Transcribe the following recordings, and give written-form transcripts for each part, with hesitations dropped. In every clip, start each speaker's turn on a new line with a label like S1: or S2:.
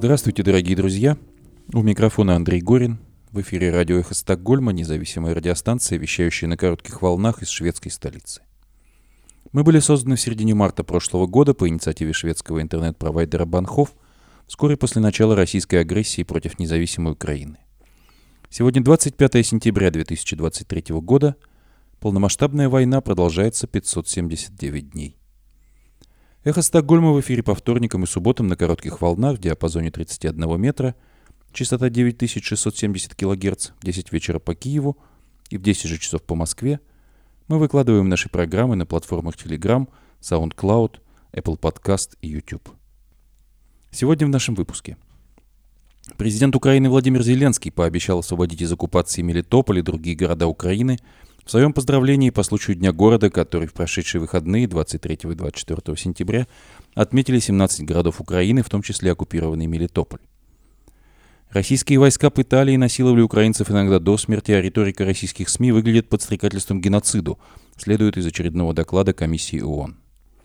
S1: Здравствуйте, дорогие друзья. У микрофона Андрей Горин. В эфире радио «Эхо Стокгольма», независимая радиостанция, вещающая на коротких волнах из шведской столицы. Мы были созданы в середине марта прошлого года по инициативе шведского интернет-провайдера Банхоф вскоре после начала российской агрессии против независимой Украины. Сегодня 25 сентября 2023 года. Полномасштабная война продолжается 579 дней. «Эхо Стокгольма» в эфире по вторникам и субботам на коротких волнах в диапазоне 31 метра, частота 9670 кГц, в 10 вечера по Киеву и в 10 же часов по Москве. Мы выкладываем наши программы на платформах Telegram, SoundCloud, Apple Podcast и YouTube. Сегодня в нашем выпуске. Президент Украины Владимир Зеленский пообещал освободить из оккупации Мелитополь и другие города Украины в своем поздравлении по случаю Дня города, который в прошедшие выходные 23 и 24 сентября отметили 17 городов Украины, в том числе оккупированный Мелитополь. Российские войска пытали и насиловали украинцев иногда до смерти, а риторика российских СМИ выглядит подстрекательством к геноциду, следует из очередного доклада комиссии ООН.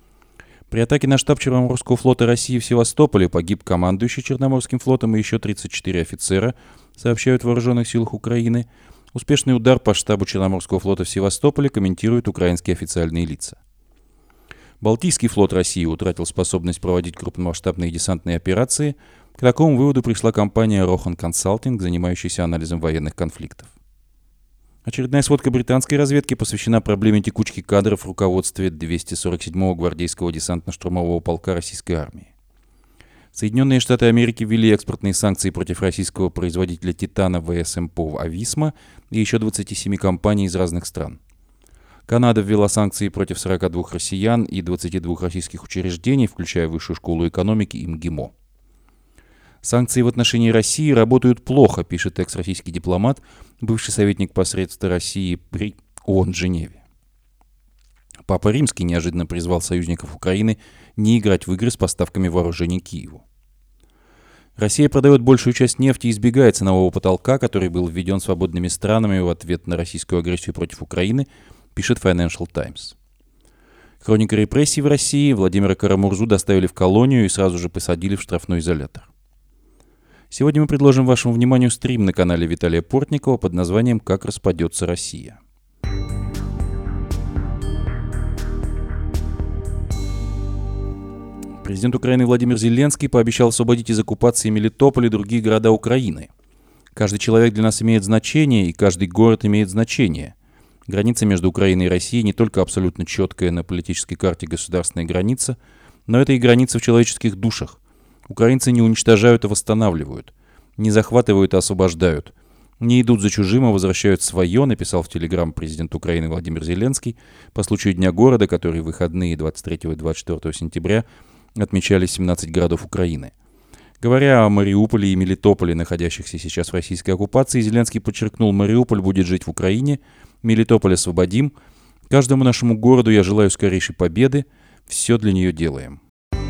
S1: При атаке на штаб Черноморского флота России в Севастополе погиб командующий Черноморским флотом и еще 34 офицера, сообщают в Вооруженных силах Украины. Успешный удар по штабу Черноморского флота в Севастополе комментируют украинские официальные лица. Балтийский флот России утратил способность проводить крупномасштабные десантные операции. К такому выводу пришла компания Rohan Consulting, занимающаяся анализом военных конфликтов. Очередная сводка британской разведки посвящена проблеме текучки кадров в руководстве 247-го гвардейского десантно-штурмового полка российской армии. Соединенные Штаты Америки ввели экспортные санкции против российского производителя титана ВСМПО «Ависма» и еще 27 компаний из разных стран. Канада ввела санкции против 42 россиян и 22 российских учреждений, включая Высшую школу экономики и МГИМО. Санкции в отношении России работают плохо, пишет экс-российский дипломат, бывший советник посредства России при ООН в Женеве. Папа Римский неожиданно призвал союзников Украины не играть в игры с поставками вооружений Киеву. Россия продает большую часть нефти и избегает ценового потолка, который был введен свободными странами в ответ на российскую агрессию против Украины, пишет Financial Times. Хроника репрессий в России. Владимира Карамурзу доставили в колонию и сразу же посадили в штрафной изолятор. Сегодня мы предложим вашему вниманию стрим на канале Виталия Портникова под названием «Как распадется Россия». Президент Украины Владимир Зеленский пообещал освободить из оккупации Мелитополь и другие города Украины. Каждый человек для нас имеет значение, и каждый город имеет значение. Граница между Украиной и Россией не только абсолютно четкая на политической карте государственная граница, но это и граница в человеческих душах. Украинцы не уничтожают, а восстанавливают. Не захватывают, а освобождают. Не идут за чужим, а возвращают свое, написал в Телеграм президент Украины Владимир Зеленский по случаю Дня города, который в выходные 23 и 24 сентября отмечали 17 городов Украины. Говоря о Мариуполе и Мелитополе, находящихся сейчас в российской оккупации, Зеленский подчеркнул: Мариуполь будет жить в Украине, Мелитополь освободим. Каждому нашему городу я желаю скорейшей победы. Все для нее делаем.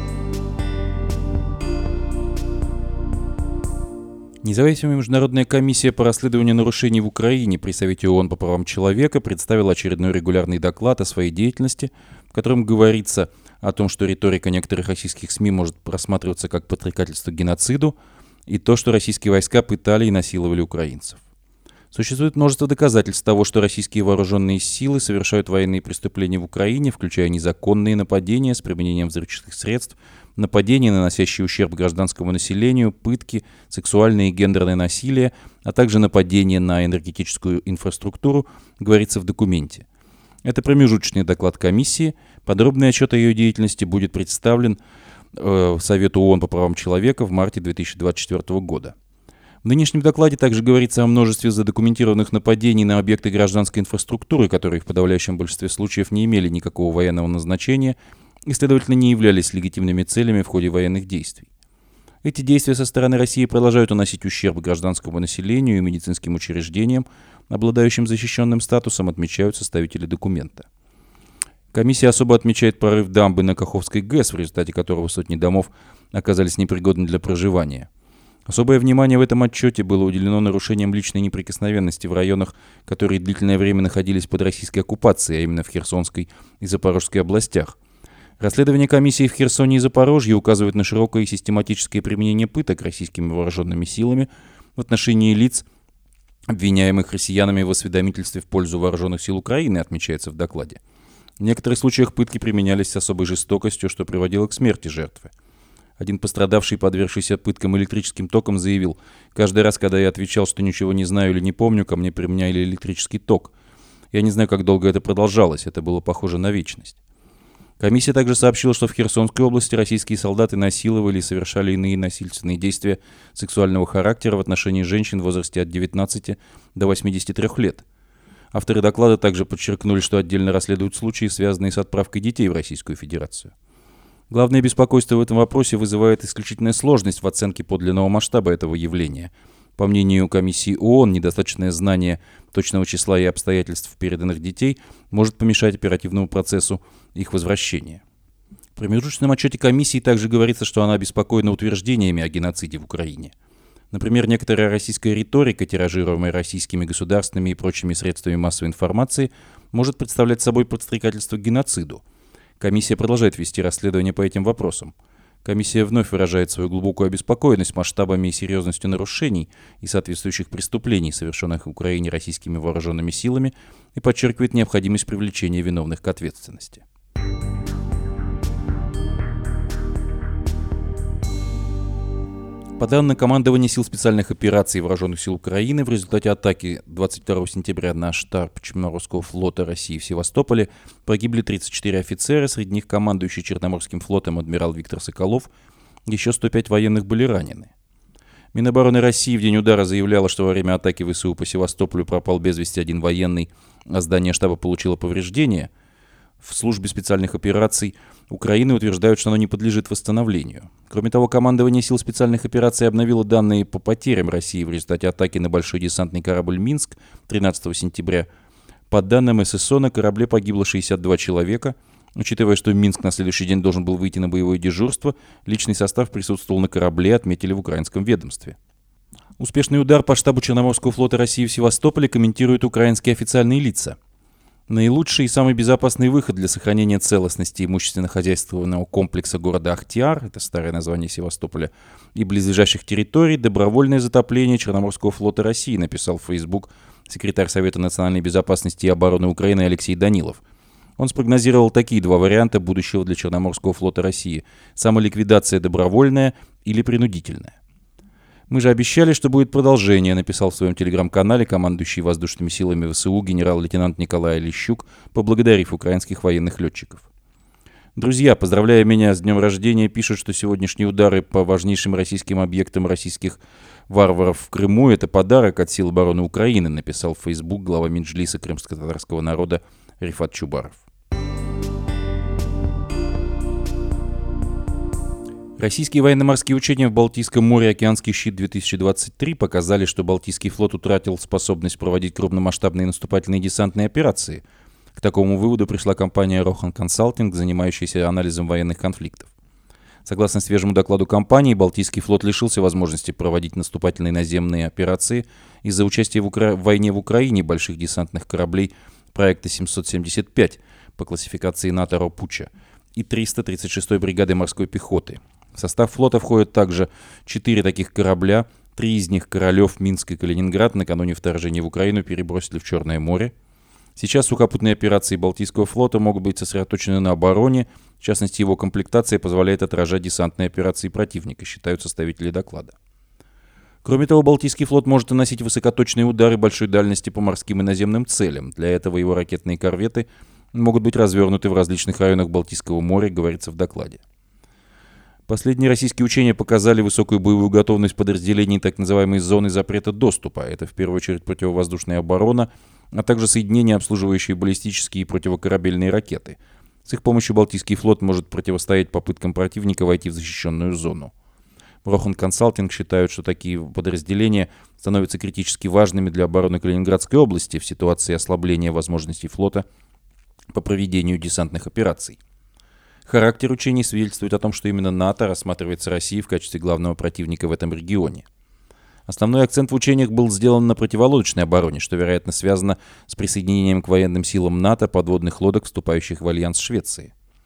S1: Независимая международная комиссия по расследованию нарушений в Украине при Совете ООН по правам человека представила очередной регулярный доклад о своей деятельности, в котором говорится о том, что риторика некоторых российских СМИ может просматриваться как подстрекательство к геноциду, и то, что российские войска пытали и насиловали украинцев. Существует множество доказательств того, что российские вооруженные силы совершают военные преступления в Украине, включая незаконные нападения с применением взрывчатых средств, нападения, наносящие ущерб гражданскому населению, пытки, сексуальное и гендерное насилие, а также нападения на энергетическую инфраструктуру, говорится в документе. Это промежуточный доклад комиссии. Подробный отчет о ее деятельности будет представлен Совету ООН по правам человека в марте 2024 года. В нынешнем докладе также говорится о множестве задокументированных нападений на объекты гражданской инфраструктуры, которые в подавляющем большинстве случаев не имели никакого военного назначения и, следовательно, не являлись легитимными целями в ходе военных действий. Эти действия со стороны России продолжают наносить ущерб гражданскому населению и медицинским учреждениям, обладающим защищенным статусом, отмечают составители документа. Комиссия особо отмечает прорыв дамбы на Каховской ГЭС, в результате которого сотни домов оказались непригодны для проживания. Особое внимание в этом отчете было уделено нарушениям личной неприкосновенности в районах, которые длительное время находились под российской оккупацией, а именно в Херсонской и Запорожской областях. Расследование комиссии в Херсоне и Запорожье указывает на широкое и систематическое применение пыток российскими вооруженными силами в отношении лиц, обвиняемых россиянами в осведомительстве в пользу вооруженных сил Украины, отмечается в докладе. В некоторых случаях пытки применялись с особой жестокостью, что приводило к смерти жертвы. Один пострадавший, подвергшийся пыткам электрическим током, заявил: «Каждый раз, когда я отвечал, что ничего не знаю или не помню, ко мне применяли электрический ток. Я не знаю, как долго это продолжалось, это было похоже на вечность». Комиссия также сообщила, что в Херсонской области российские солдаты насиловали и совершали иные насильственные действия сексуального характера в отношении женщин в возрасте от 19 до 83 лет. Авторы доклада также подчеркнули, что отдельно расследуют случаи, связанные с отправкой детей в Российскую Федерацию. Главное беспокойство в этом вопросе вызывает исключительная сложность в оценке подлинного масштаба этого явления. По мнению комиссии ООН, недостаточное знание точного числа и обстоятельств переданных детей может помешать оперативному процессу их возвращения. В промежуточном отчете комиссии также говорится, что она обеспокоена утверждениями о геноциде в Украине. Например, некоторая российская риторика, тиражируемая российскими государственными и прочими средствами массовой информации, может представлять собой подстрекательство к геноциду. Комиссия продолжает вести расследование по этим вопросам. Комиссия вновь выражает свою глубокую обеспокоенность масштабами и серьезностью нарушений и соответствующих преступлений, совершенных в Украине российскими вооруженными силами, и подчеркивает необходимость привлечения виновных к ответственности. По данным командования сил специальных операций Вооруженных сил Украины, в результате атаки 22 сентября на штаб Черноморского флота России в Севастополе погибли 34 офицера, среди них командующий Черноморским флотом адмирал Виктор Соколов, еще 105 военных были ранены. Минобороны России в день удара заявляла, что во время атаки ВСУ по Севастополю пропал без вести один военный, а здание штаба получило повреждения. В службе специальных операций Украины утверждают, что оно не подлежит восстановлению. Кроме того, командование сил специальных операций обновило данные по потерям России в результате атаки на большой десантный корабль «Минск» 13 сентября. По данным ССО, на корабле погибло 62 человека. Учитывая, что Минск на следующий день должен был выйти на боевое дежурство, личный состав присутствовал на корабле, отметили в украинском ведомстве. Успешный удар по штабу Черноморского флота России в Севастополе комментируют украинские официальные лица. Наилучший и самый безопасный выход для сохранения целостности имущественно-хозяйственного комплекса города Ахтиар, это старое название Севастополя, и близлежащих территорий — добровольное затопление Черноморского флота России, написал в Facebook секретарь Совета национальной безопасности и обороны Украины Алексей Данилов. Он спрогнозировал такие два варианта будущего для Черноморского флота России: самоликвидация добровольная или принудительная. «Мы же обещали, что будет продолжение», написал в своем телеграм-канале командующий воздушными силами ВСУ генерал-лейтенант Николай Лещук, поблагодарив украинских военных летчиков. Друзья, поздравляя меня с днем рождения, пишут, что сегодняшние удары по важнейшим российским объектам российских варваров в Крыму — это подарок от сил обороны Украины, написал в Facebook глава Меджлиса крымско-татарского народа Рифат Чубаров. Российские военно-морские учения в Балтийском море «Океанский щит-2023» показали, что Балтийский флот утратил способность проводить крупномасштабные наступательные десантные операции. К такому выводу пришла компания Rohan Consulting, занимающаяся анализом военных конфликтов. Согласно свежему докладу компании, Балтийский флот лишился возможности проводить наступательные наземные операции из-за участия в войне в Украине больших десантных кораблей проекта 775 по классификации НАТО «Ропуча» и 336-й бригады морской пехоты. В состав флота входят также 4 таких корабля, 3 из них «Королев», «Минск» и «Калининград» накануне вторжения в Украину перебросили в Черное море. Сейчас сухопутные операции Балтийского флота могут быть сосредоточены на обороне, в частности, его комплектация позволяет отражать десантные операции противника, считают составители доклада. Кроме того, Балтийский флот может наносить высокоточные удары большой дальности по морским и наземным целям. Для этого его ракетные корветы могут быть развернуты в различных районах Балтийского моря, говорится в докладе. Последние российские учения показали высокую боевую готовность подразделений так называемой зоны запрета доступа. Это в первую очередь противовоздушная оборона, а также соединения, обслуживающие баллистические и противокорабельные ракеты. С их помощью Балтийский флот может противостоять попыткам противника войти в защищенную зону. В Rohan Consulting считают, что такие подразделения становятся критически важными для обороны Калининградской области в ситуации ослабления возможностей флота по проведению десантных операций. Характер учений свидетельствует о том, что именно НАТО рассматривается Россией в качестве главного противника в этом регионе. Основной акцент в учениях был сделан на противолодочной обороне, что, вероятно, связано с присоединением к военным силам НАТО подводных лодок, вступающих в альянс Швеции.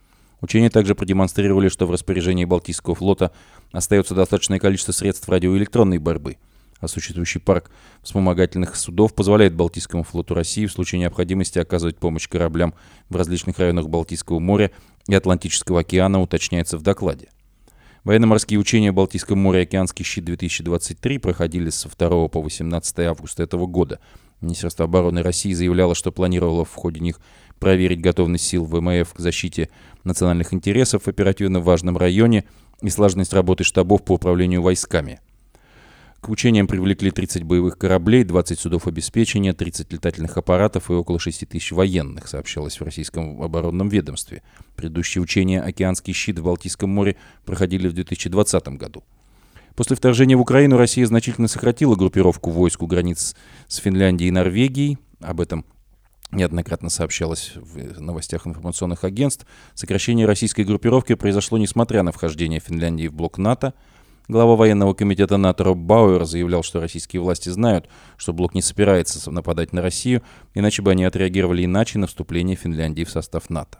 S1: Учения также продемонстрировали, что в распоряжении Балтийского флота остается достаточное количество средств радиоэлектронной борьбы, а существующий парк вспомогательных судов позволяет Балтийскому флоту России в случае необходимости оказывать помощь кораблям в различных районах Балтийского моря и Атлантического океана, уточняется в докладе. Военно-морские учения в Балтийском море «Океанский щит-2023» проходили со 2 по 18 августа этого года. Министерство обороны России заявляло, что планировало в ходе них проверить готовность сил ВМФ к защите национальных интересов в оперативно важном районе и слаженность работы штабов по управлению войсками. К учениям привлекли 30 боевых кораблей, 20 судов обеспечения, 30 летательных аппаратов и около 6 тысяч военных, сообщалось в российском оборонном ведомстве. Предыдущие учения «Океанский щит» в Балтийском море проходили в 2020 году. После вторжения в Украину Россия значительно сократила группировку войск у границ с Финляндией и Норвегией. Об этом неоднократно сообщалось в новостях информационных агентств. Сокращение российской группировки произошло несмотря на вхождение Финляндии в блок НАТО. Глава военного комитета НАТО Роб Бауэр заявлял, что российские власти знают, что блок не собирается нападать на Россию, иначе бы они отреагировали иначе на вступление Финляндии в состав НАТО.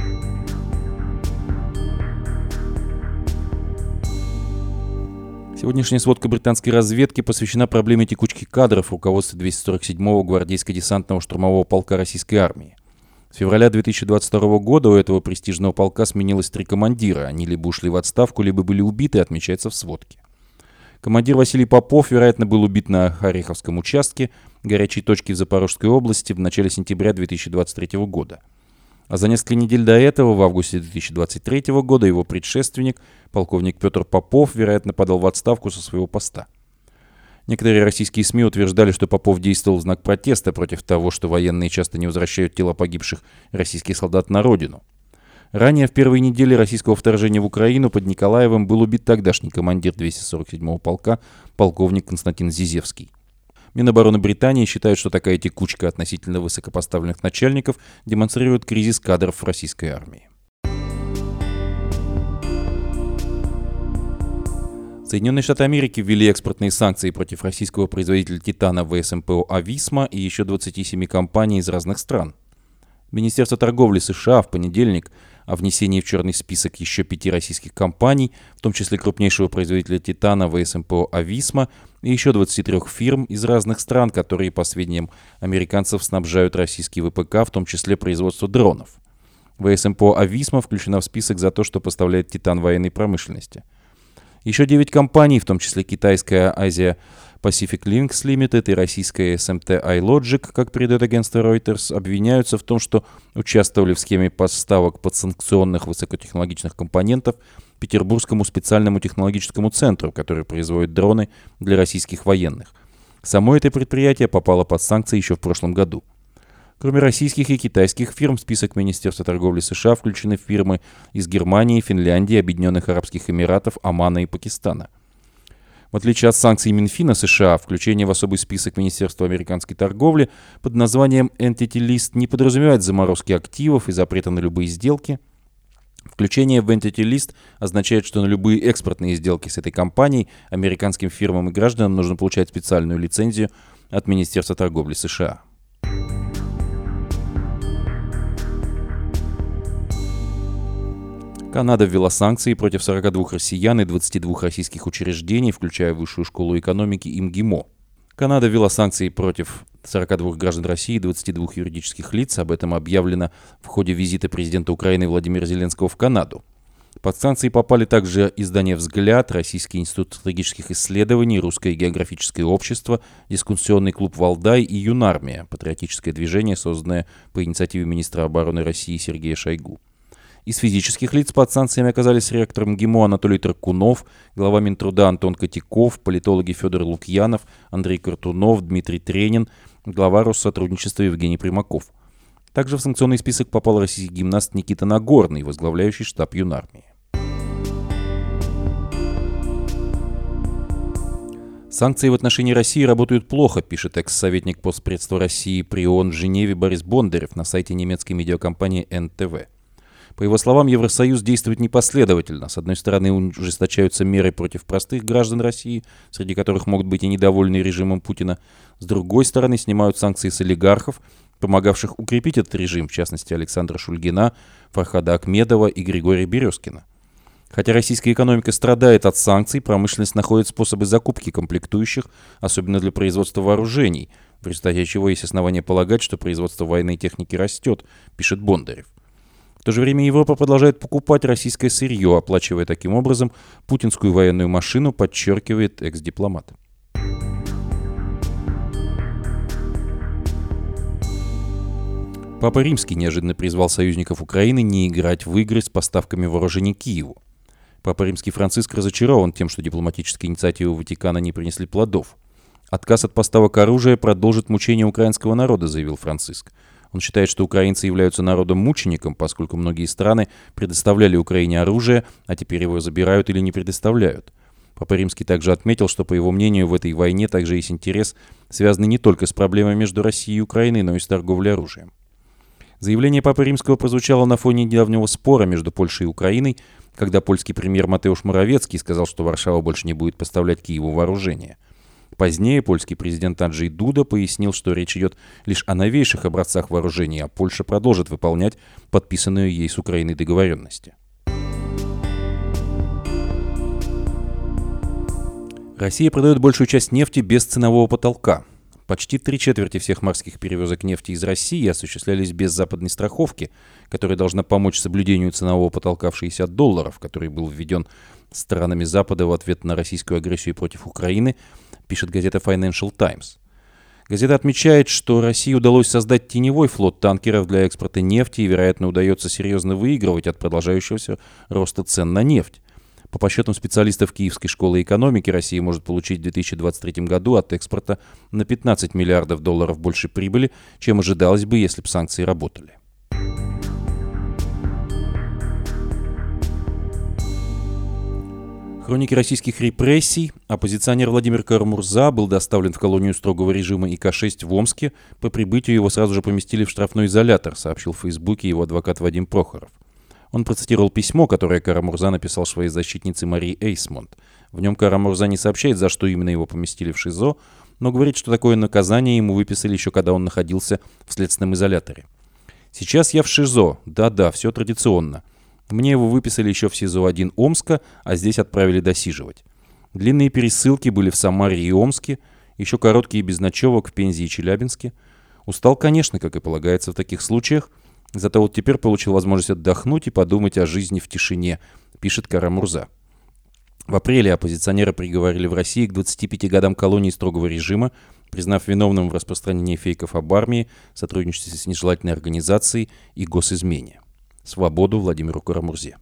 S1: Сегодняшняя сводка британской разведки посвящена проблеме текучки кадров в руководстве 247-го гвардейско-десантного штурмового полка российской армии. С февраля 2022 года у этого престижного полка сменилось 3 командира. Они либо ушли в отставку, либо были убиты, отмечается в сводке. Командир Василий Попов, вероятно, был убит на Ореховском участке, горячей точки в Запорожской области, в начале сентября 2023 года. А за несколько недель до этого, в августе 2023 года, его предшественник, полковник Петр Попов, вероятно, подал в отставку со своего поста. Некоторые российские СМИ утверждали, что Попов действовал в знак протеста против того, что военные часто не возвращают тела погибших российских солдат на родину. Ранее, в первые недели российского вторжения в Украину, под Николаевым был убит тогдашний командир 247-го полка, полковник Константин Зизевский. Минобороны Британии считают, что такая текучка относительно высокопоставленных начальников демонстрирует кризис кадров в российской армии. Соединенные Штаты Америки ввели экспортные санкции против российского производителя титана ВСМПО «Ависма» и еще 27 компаний из разных стран. Министерство торговли США в понедельник о внесении в черный список еще 5 российских компаний, в том числе крупнейшего производителя титана ВСМПО «Ависма» и еще 23 фирм из разных стран, которые, по сведениям американцев, снабжают российские ВПК, в том числе производство дронов. ВСМПО «Ависма» включена в список за то, что поставляет титан военной промышленности. Еще 9 компаний, в том числе китайская Asia Pacific Links Limited и российская SMT iLogic, как передает агентство Reuters, обвиняются в том, что участвовали в схеме поставок подсанкционных высокотехнологичных компонентов Петербургскому специальному технологическому центру, который производит дроны для российских военных. Само это предприятие попало под санкции еще в прошлом году. Кроме российских и китайских фирм, в список Министерства торговли США включены фирмы из Германии, Финляндии, Объединенных Арабских Эмиратов, Омана и Пакистана. В отличие от санкций Минфина США, включение в особый список Министерства американской торговли под названием Entity List не подразумевает заморозки активов и запрета на любые сделки. Включение в Entity List означает, что на любые экспортные сделки с этой компанией американским фирмам и гражданам нужно получать специальную лицензию от Министерства торговли США. Канада ввела санкции против 42 россиян и 22 российских учреждений, включая Высшую школу экономики ИМГИМО. Канада ввела санкции против 42 граждан России и 22 юридических лиц. Об этом объявлено в ходе визита президента Украины Владимира Зеленского в Канаду. Под санкции попали также издание «Взгляд», Российский институт стратегических исследований, Русское географическое общество, дискуссионный клуб «Валдай» и «Юнармия», патриотическое движение, созданное по инициативе министра обороны России Сергея Шойгу. Из физических лиц под санкциями оказались ректор МГИМО Анатолий Таркунов, глава Минтруда Антон Котяков, политологи Федор Лукьянов, Андрей Картунов, Дмитрий Тренин, глава Россотрудничества Евгений Примаков. Также в санкционный список попал российский гимнаст Никита Нагорный, возглавляющий штаб Юнармии. Санкции в отношении России работают плохо, пишет экс-советник постпредства России при ООН в Женеве Борис Бондарев на сайте немецкой медиакомпании НТВ. По его словам, Евросоюз действует непоследовательно. С одной стороны, ужесточаются меры против простых граждан России, среди которых могут быть и недовольные режимом Путина. С другой стороны, снимают санкции с олигархов, помогавших укрепить этот режим, в частности Александра Шульгина, Фархада Ахмедова и Григория Березкина. Хотя российская экономика страдает от санкций, промышленность находит способы закупки комплектующих, особенно для производства вооружений, в результате чего есть основания полагать, что производство военной техники растет, пишет Бондарев. В то же время Европа продолжает покупать российское сырье, оплачивая таким образом путинскую военную машину, подчеркивает экс-дипломат. Папа Римский неожиданно призвал союзников Украины не играть в игры с поставками вооружений Киеву. Папа Римский Франциск разочарован тем, что дипломатические инициативы Ватикана не принесли плодов. «Отказ от поставок оружия продолжит мучение украинского народа», заявил Франциск. Он считает, что украинцы являются народом-мучеником, поскольку многие страны предоставляли Украине оружие, а теперь его забирают или не предоставляют. Папа Римский также отметил, что, по его мнению, в этой войне также есть интерес, связанный не только с проблемой между Россией и Украиной, но и с торговлей оружием. Заявление Папы Римского прозвучало на фоне недавнего спора между Польшей и Украиной, когда польский премьер Матеуш Моравецкий сказал, что Варшава больше не будет поставлять Киеву вооружение. Позднее польский президент Анджей Дуда пояснил, что речь идет лишь о новейших образцах вооружений, а Польша продолжит выполнять подписанную ей с Украиной договоренности. Россия продает большую часть нефти без ценового потолка. Почти 3/4 всех морских перевозок нефти из России осуществлялись без западной страховки, которая должна помочь соблюдению ценового потолка в $60, который был введен странами Запада в ответ на российскую агрессию против Украины, пишет газета Financial Times. Газета отмечает, что России удалось создать теневой флот танкеров для экспорта нефти и, вероятно, удается серьезно выигрывать от продолжающегося роста цен на нефть. По подсчетам специалистов Киевской школы экономики, Россия может получить в 2023 году от экспорта на $15 миллиардов больше прибыли, чем ожидалось бы, если бы санкции работали. Хроники российских репрессий. Оппозиционер Владимир Кара-Мурза был доставлен в колонию строгого режима ИК-6 в Омске. По прибытию его сразу же поместили в штрафной изолятор, сообщил в Фейсбуке его адвокат Вадим Прохоров. Он процитировал письмо, которое Кара-Мурза написал своей защитнице Марии Эйсмонт. В нем Кара-Мурза не сообщает, за что именно его поместили в ШИЗО, но говорит, что такое наказание ему выписали еще когда он находился в следственном изоляторе. «Сейчас я в ШИЗО. Да-да, все традиционно. Мне его выписали еще в СИЗО-1 Омска, а здесь отправили досиживать. Длинные пересылки были в Самаре и Омске, еще короткие без ночевок в Пензе и Челябинске. Устал, конечно, как и полагается в таких случаях, зато вот теперь получил возможность отдохнуть и подумать о жизни в тишине», пишет Кара-Мурза. В апреле оппозиционера приговорили в России к 25 годам колонии строгого режима, признав виновным в распространении фейков об армии, сотрудничестве с нежелательной организацией и госизмене. Свободу Владимиру Кара-Мурзе.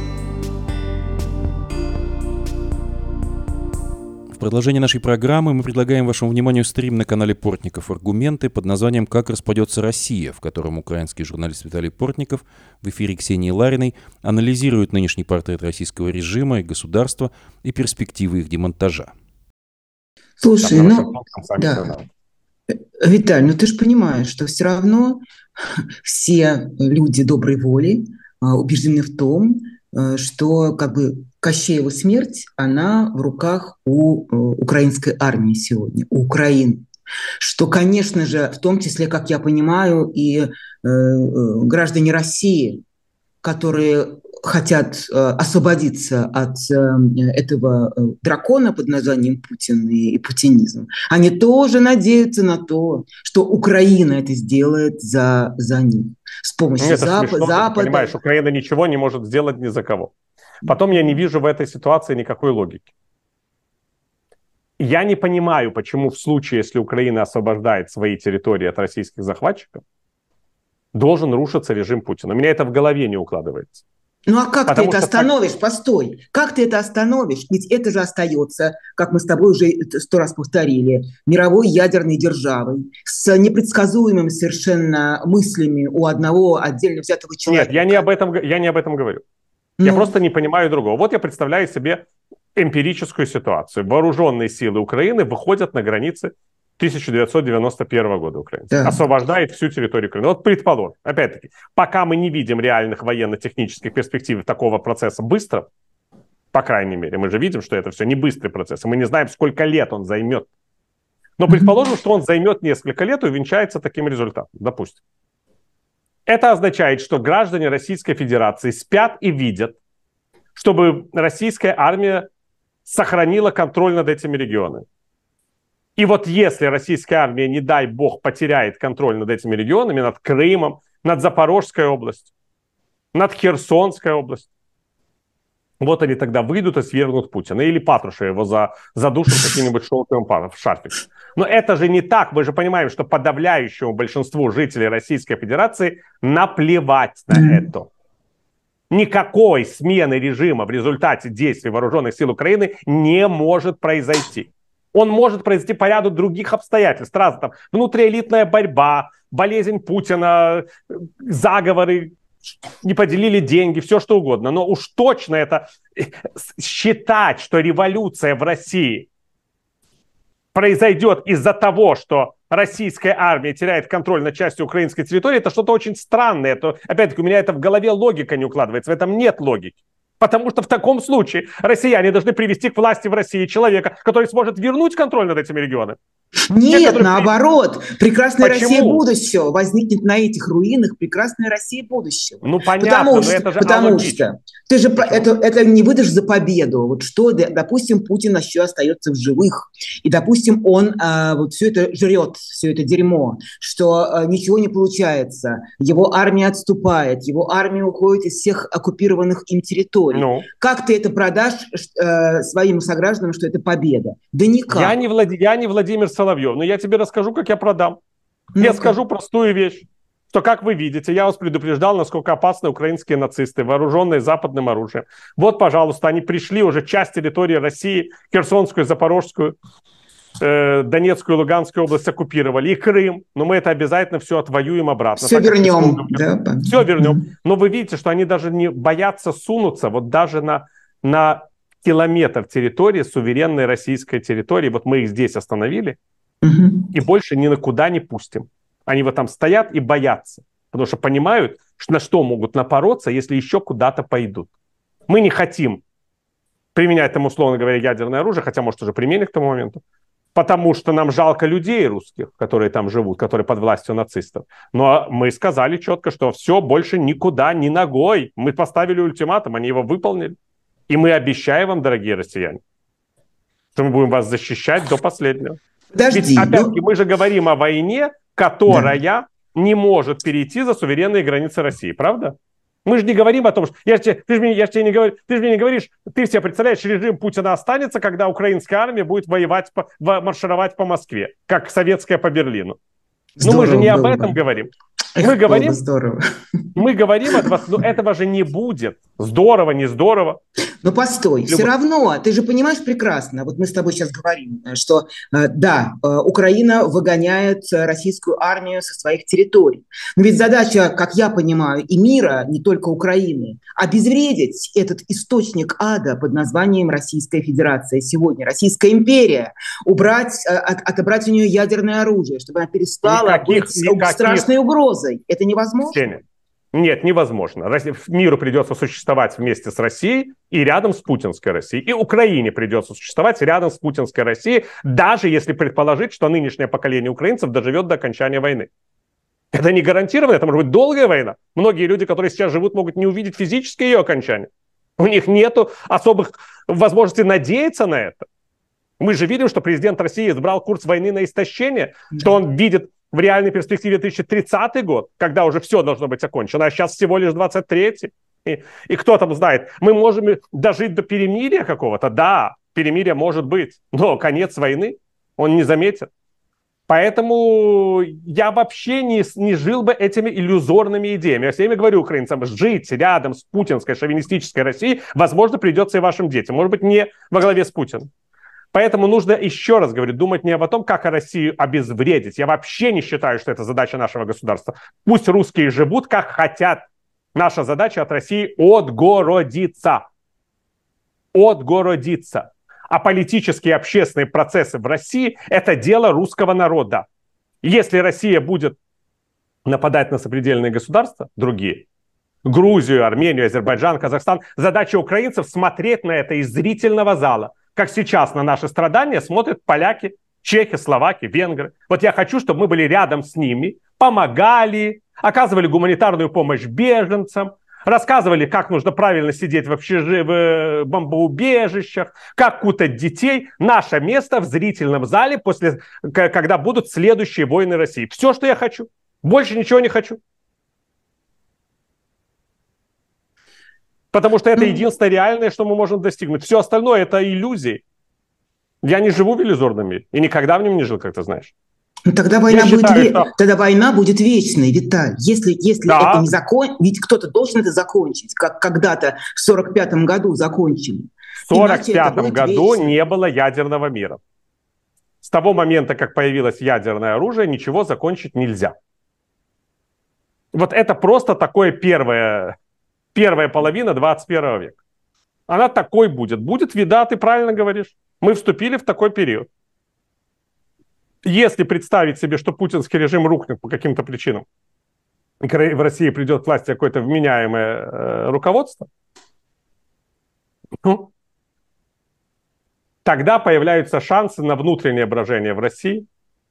S1: В продолжение нашей программы мы предлагаем вашему вниманию стрим на канале Портников «Аргументы» под названием «Как распадется Россия», в котором украинский журналист Виталий Портников в эфире Ксении Лариной анализирует нынешний портрет российского режима и государства и перспективы их демонтажа.
S2: Слушай, да, Виталь, ты же понимаешь, что все равно все люди доброй воли убеждены в том, что Кощеева смерть, она в руках у украинской армии сегодня, у Украины. Что, конечно же, в том числе, как я понимаю, и граждане России, которые хотят освободиться от этого дракона под названием Путин и путинизм, они тоже надеются на то, что Украина это сделает за них. С помощью Запада.
S3: Ты понимаешь, Украина ничего не может сделать ни за кого. Потом я не вижу в этой ситуации никакой логики. Я не понимаю, почему в случае, если Украина освобождает свои территории от российских захватчиков, должен рушиться режим Путина. У меня это в голове не укладывается.
S2: А как ты это остановишь? Постой. Как ты это остановишь? Ведь это же остается, как мы с тобой уже 100 раз повторили, мировой ядерной державой, с непредсказуемыми совершенно мыслями у одного отдельно взятого человека.
S3: Нет, я не об этом говорю. Я просто не понимаю другого. Вот я представляю себе эмпирическую ситуацию. Вооруженные силы Украины выходят на границы 1991 года Украины. Да. Освобождает всю территорию Украины. Вот предположим, опять-таки, пока мы не видим реальных военно-технических перспектив такого процесса быстро, по крайней мере, мы же видим, что это все не быстрый процесс, и мы не знаем, сколько лет он займет. Но предположим, что он займет несколько лет и увенчается таким результатом, допустим. Это означает, что граждане Российской Федерации спят и видят, чтобы российская армия сохранила контроль над этими регионами. И вот если российская армия, не дай бог, потеряет контроль над этими регионами, над Крымом, над Запорожской областью, над Херсонской областью, вот они тогда выйдут и свергнут Путина. Или Патрушева его задушат каким-нибудь шелковым шарфиком. Но это же не так. Мы же понимаем, что подавляющему большинству жителей Российской Федерации наплевать на это. Никакой смены режима в результате действий вооруженных сил Украины не может произойти. Он может произойти по ряду других обстоятельств. Сразу там внутриэлитная борьба, болезнь Путина, заговоры, не поделили деньги, все что угодно. Но уж точно это считать, что революция в России произойдет из-за того, что российская армия теряет контроль над частью украинской территории, это что-то очень странное. Это, опять-таки, у меня это в голове логика не укладывается. В этом нет логики. Потому что в таком случае россияне должны привести к власти в России человека, который сможет вернуть контроль над этими регионами.
S2: Нет, наоборот. Прекрасная Россия будущего возникнет на этих руинах. Прекрасная Россия будущего.
S3: Ну, понятно, но это же
S2: потому что ты же это не выдашь за победу. Вот что, допустим, Путин еще остается в живых. И, допустим, он вот все это жрет, все это дерьмо, что ничего не получается. Его армия отступает, его армия уходит из всех оккупированных им территорий. Ну. Как ты это продашь своим согражданам, что это победа? Да никак.
S3: Я не Владимир Соловьев, но я тебе расскажу, как я продам. Я скажу простую вещь, что, как вы видите, я вас предупреждал, насколько опасны украинские нацисты, вооруженные западным оружием. Вот, пожалуйста, они пришли, уже часть территории России, Херсонскую, Запорожскую, Донецкую, Луганскую область оккупировали, и Крым, но мы это обязательно все отвоюем обратно.
S2: Все вернем. Да.
S3: Все вернем. Но вы видите, что они даже не боятся сунуться вот даже на километр территории, суверенной российской территории. Вот мы их здесь остановили, и больше ни на куда не пустим. Они вот там стоят и боятся, потому что понимают, на что могут напороться, если еще куда-то пойдут. Мы не хотим применять там, условно говоря, ядерное оружие, хотя, может, уже применили к тому моменту, потому что нам жалко людей русских, которые там живут, которые под властью нацистов. Но мы сказали четко, что все, больше никуда, ни ногой. Мы поставили ультиматум, они его выполнили. И мы обещаем вам, дорогие россияне, что мы будем вас защищать до последнего.
S2: Подожди,
S3: ведь, опять-таки, мы же говорим о войне, которая не может перейти за суверенные границы России, правда? Мы же не говорим о том, что... Ты же мне не говоришь, ты себе представляешь, режим Путина останется, когда украинская армия будет маршировать по Москве, как советская по Берлину. Но мы же не об этом говорим. Мы говорим о том, что этого же не будет. Здорово, не здорово.
S2: Но постой, все равно, ты же понимаешь прекрасно, вот мы с тобой сейчас говорим, что да, Украина выгоняет российскую армию со своих территорий. Но ведь задача, как я понимаю, и мира, не только Украины, обезвредить этот источник ада под названием Российская Федерация сегодня, Российская империя, отобрать у нее ядерное оружие, чтобы она перестала быть страшной угрозой. Это невозможно?
S3: Нет, невозможно. Миру придется существовать вместе с Россией и рядом с путинской Россией. И Украине придется существовать рядом с путинской Россией, даже если предположить, что нынешнее поколение украинцев доживет до окончания войны. Это не гарантированно, это может быть долгая война. Многие люди, которые сейчас живут, могут не увидеть физически ее окончание. У них нет особых возможностей надеяться на это. Мы же видим, что президент России избрал курс войны на истощение, что он видит в реальной перспективе 2030 год, когда уже все должно быть окончено, а сейчас всего лишь 23-й. И кто там знает, мы можем дожить до перемирия какого-то? Да, перемирие может быть, но конец войны он не заметит. Поэтому я вообще не жил бы этими иллюзорными идеями. Я все время говорю украинцам, жить рядом с путинской шовинистической Россией, возможно, придется и вашим детям. Может быть, не во главе с Путиным. Поэтому нужно, еще раз говорю, думать не об том, как Россию обезвредить. Я вообще не считаю, что это задача нашего государства. Пусть русские живут, как хотят. Наша задача от России отгородиться. Отгородиться. А политические и общественные процессы в России – это дело русского народа. Если Россия будет нападать на сопредельные государства, другие, Грузию, Армению, Азербайджан, Казахстан, задача украинцев смотреть на это из зрительного зала. Как сейчас на наши страдания смотрят поляки, Чехи, словаки, венгры. Вот я хочу, чтобы мы были рядом с ними, помогали, оказывали гуманитарную помощь беженцам, рассказывали, как нужно правильно сидеть в бомбоубежищах, как кутать детей. Наше место в зрительном зале, когда будут следующие войны России. Все, что я хочу. Больше ничего не хочу. Потому что это единственное реальное, что мы можем достигнуть. Все остальное – это иллюзии. Я не живу в иллюзорном мире. И никогда в нем не жил, как ты знаешь.
S2: Ну, тогда война будет вечной, Виталий. Если это не закончится, ведь кто-то должен это закончить, как когда-то в 1945 году закончили.
S3: В 1945 году не было ядерного мира. С того момента, как появилось ядерное оружие, ничего закончить нельзя. Вот это просто такое первая половина 21 века. Она такой будет. Будет, вида, ты правильно говоришь. Мы вступили в такой период. Если представить себе, что путинский режим рухнет по каким-то причинам, и в России придет к власти какое-то вменяемое руководство, тогда появляются шансы на внутреннее брожение в России.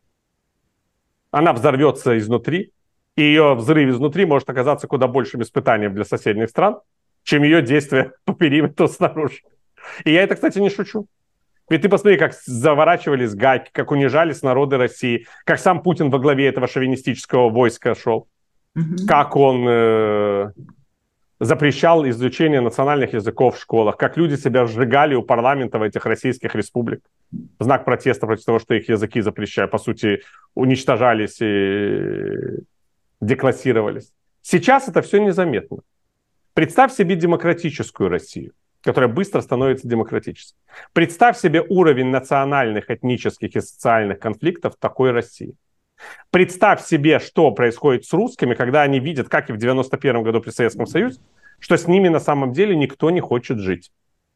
S3: Она взорвется изнутри, и ее взрыв изнутри может оказаться куда большим испытанием для соседних стран, чем ее действия по периметру снаружи. И я это, кстати, не шучу. Ведь ты посмотри, как заворачивались гайки, как унижались народы России, как сам Путин во главе этого шовинистического войска шел, как он запрещал изучение национальных языков в школах, как люди себя сжигали у парламентов этих российских республик в знак протеста против того, что их языки запрещают, по сути, уничтожались и деклассировались. Сейчас это все незаметно. Представь себе демократическую Россию, которая быстро становится демократической. Представь себе уровень национальных, этнических и социальных конфликтов в такой России. Представь себе, что происходит с русскими, когда они видят, как и в 1991 году при Советском Союзе, что с ними на самом деле никто не хочет жить.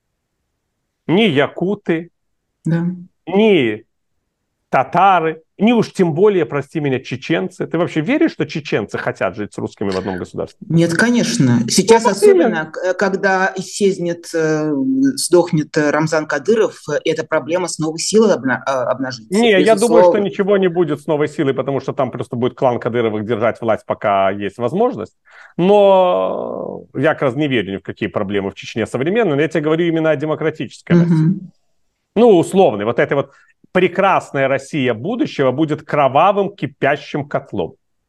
S3: Ни якуты, ни татары, ни уж тем более, прости меня, чеченцы. Ты вообще веришь, что чеченцы хотят жить с русскими в одном государстве?
S2: Нет, конечно. Сейчас особенно, когда сдохнет Рамзан Кадыров, эта проблема с новой силой обнажится.
S3: Не, я думаю, что ничего не будет с новой силой, потому что там просто будет клан Кадыровых держать власть, пока есть возможность. Но я как раз не верю ни в какие проблемы в Чечне современные, но я тебе говорю именно о демократической России. Ну, условно, вот эта вот прекрасная Россия будущего будет кровавым кипящим котлом.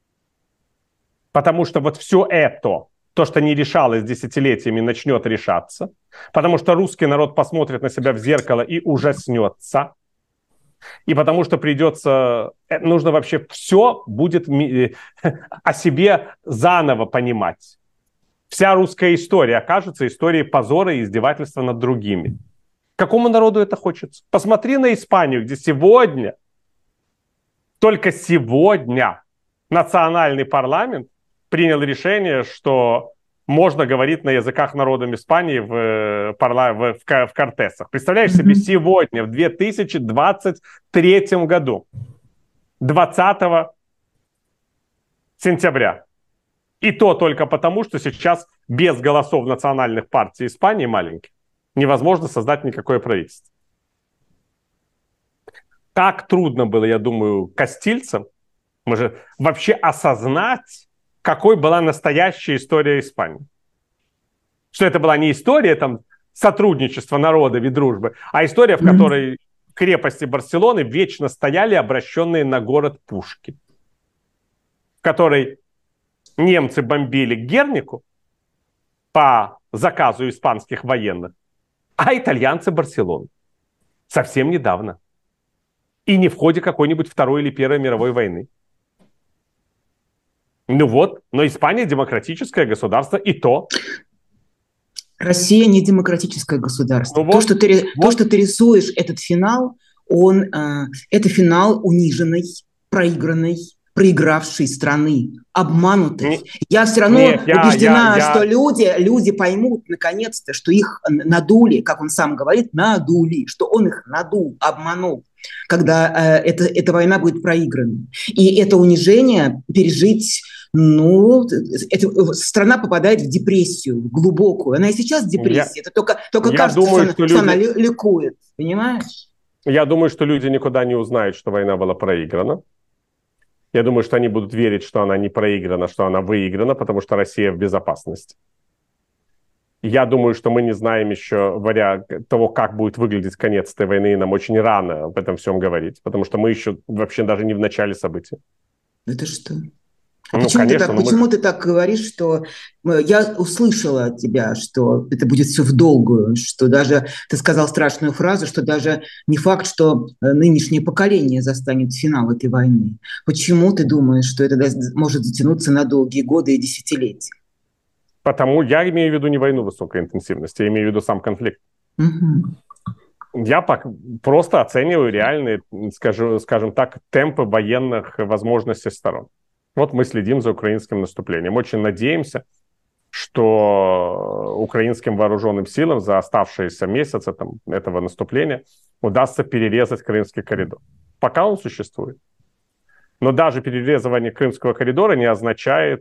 S3: Потому что вот все это, то, что не решалось десятилетиями, начнет решаться. Потому что русский народ посмотрит на себя в зеркало и ужаснется. И потому что нужно вообще все будет о себе заново понимать. Вся русская история окажется историей позора и издевательства над другими. Какому народу это хочется? Посмотри на Испанию, где только сегодня национальный парламент принял решение, что можно говорить на языках народов Испании в Кортесах. Представляешь себе, сегодня, в 2023 году, 20 сентября. И то только потому, что сейчас без голосов национальных партий Испании маленьких невозможно создать никакое правительство. Как трудно было, я думаю, кастильцам вообще осознать, какой была настоящая история Испании. Что это была не история сотрудничества народов и дружбы, а история, в которой крепости Барселоны вечно стояли обращенные на город пушки. В которой немцы бомбили Гернику по заказу испанских военных, а итальянцы Барселону. Совсем недавно. И не в ходе какой-нибудь Второй или Первой мировой войны. Ну вот, но Испания демократическое государство, и то.
S2: Россия не демократическое государство. То, что ты рисуешь, этот финал, это финал униженной, проигравшей страны, обманутой. Я все равно убеждена, что люди поймут наконец-то, что их надули, как он сам говорит, надули, что он их надул, обманул, когда эта война будет проиграна. И это унижение пережить, страна попадает в депрессию, в глубокую. Она и сейчас в депрессии, это только кажется, что она ликует, понимаешь?
S3: Я думаю, что люди никуда не узнают, что война была проиграна. Я думаю, что они будут верить, что она не проиграна, что она выиграна, потому что Россия в безопасности. Я думаю, что мы не знаем еще того, как будет выглядеть конец этой войны, и нам очень рано об этом всем говорить, потому что мы еще вообще даже не в начале событий.
S2: Это что?
S3: Почему
S2: ты так говоришь, что я услышала от тебя, что это будет все в долгую, что даже ты сказал страшную фразу, что даже не факт, что нынешнее поколение застанет финал этой войны. Почему ты думаешь, что это может затянуться на долгие годы и десятилетия?
S3: Потому я имею в виду не войну высокой интенсивности, я имею в виду сам конфликт.
S2: Угу.
S3: Я просто оцениваю реальные, скажем так, темпы военных возможностей сторон. Вот мы следим за украинским наступлением. Очень надеемся, что украинским вооруженным силам за оставшиеся месяцы этого наступления удастся перерезать Крымский коридор. Пока он существует. Но даже перерезывание Крымского коридора не означает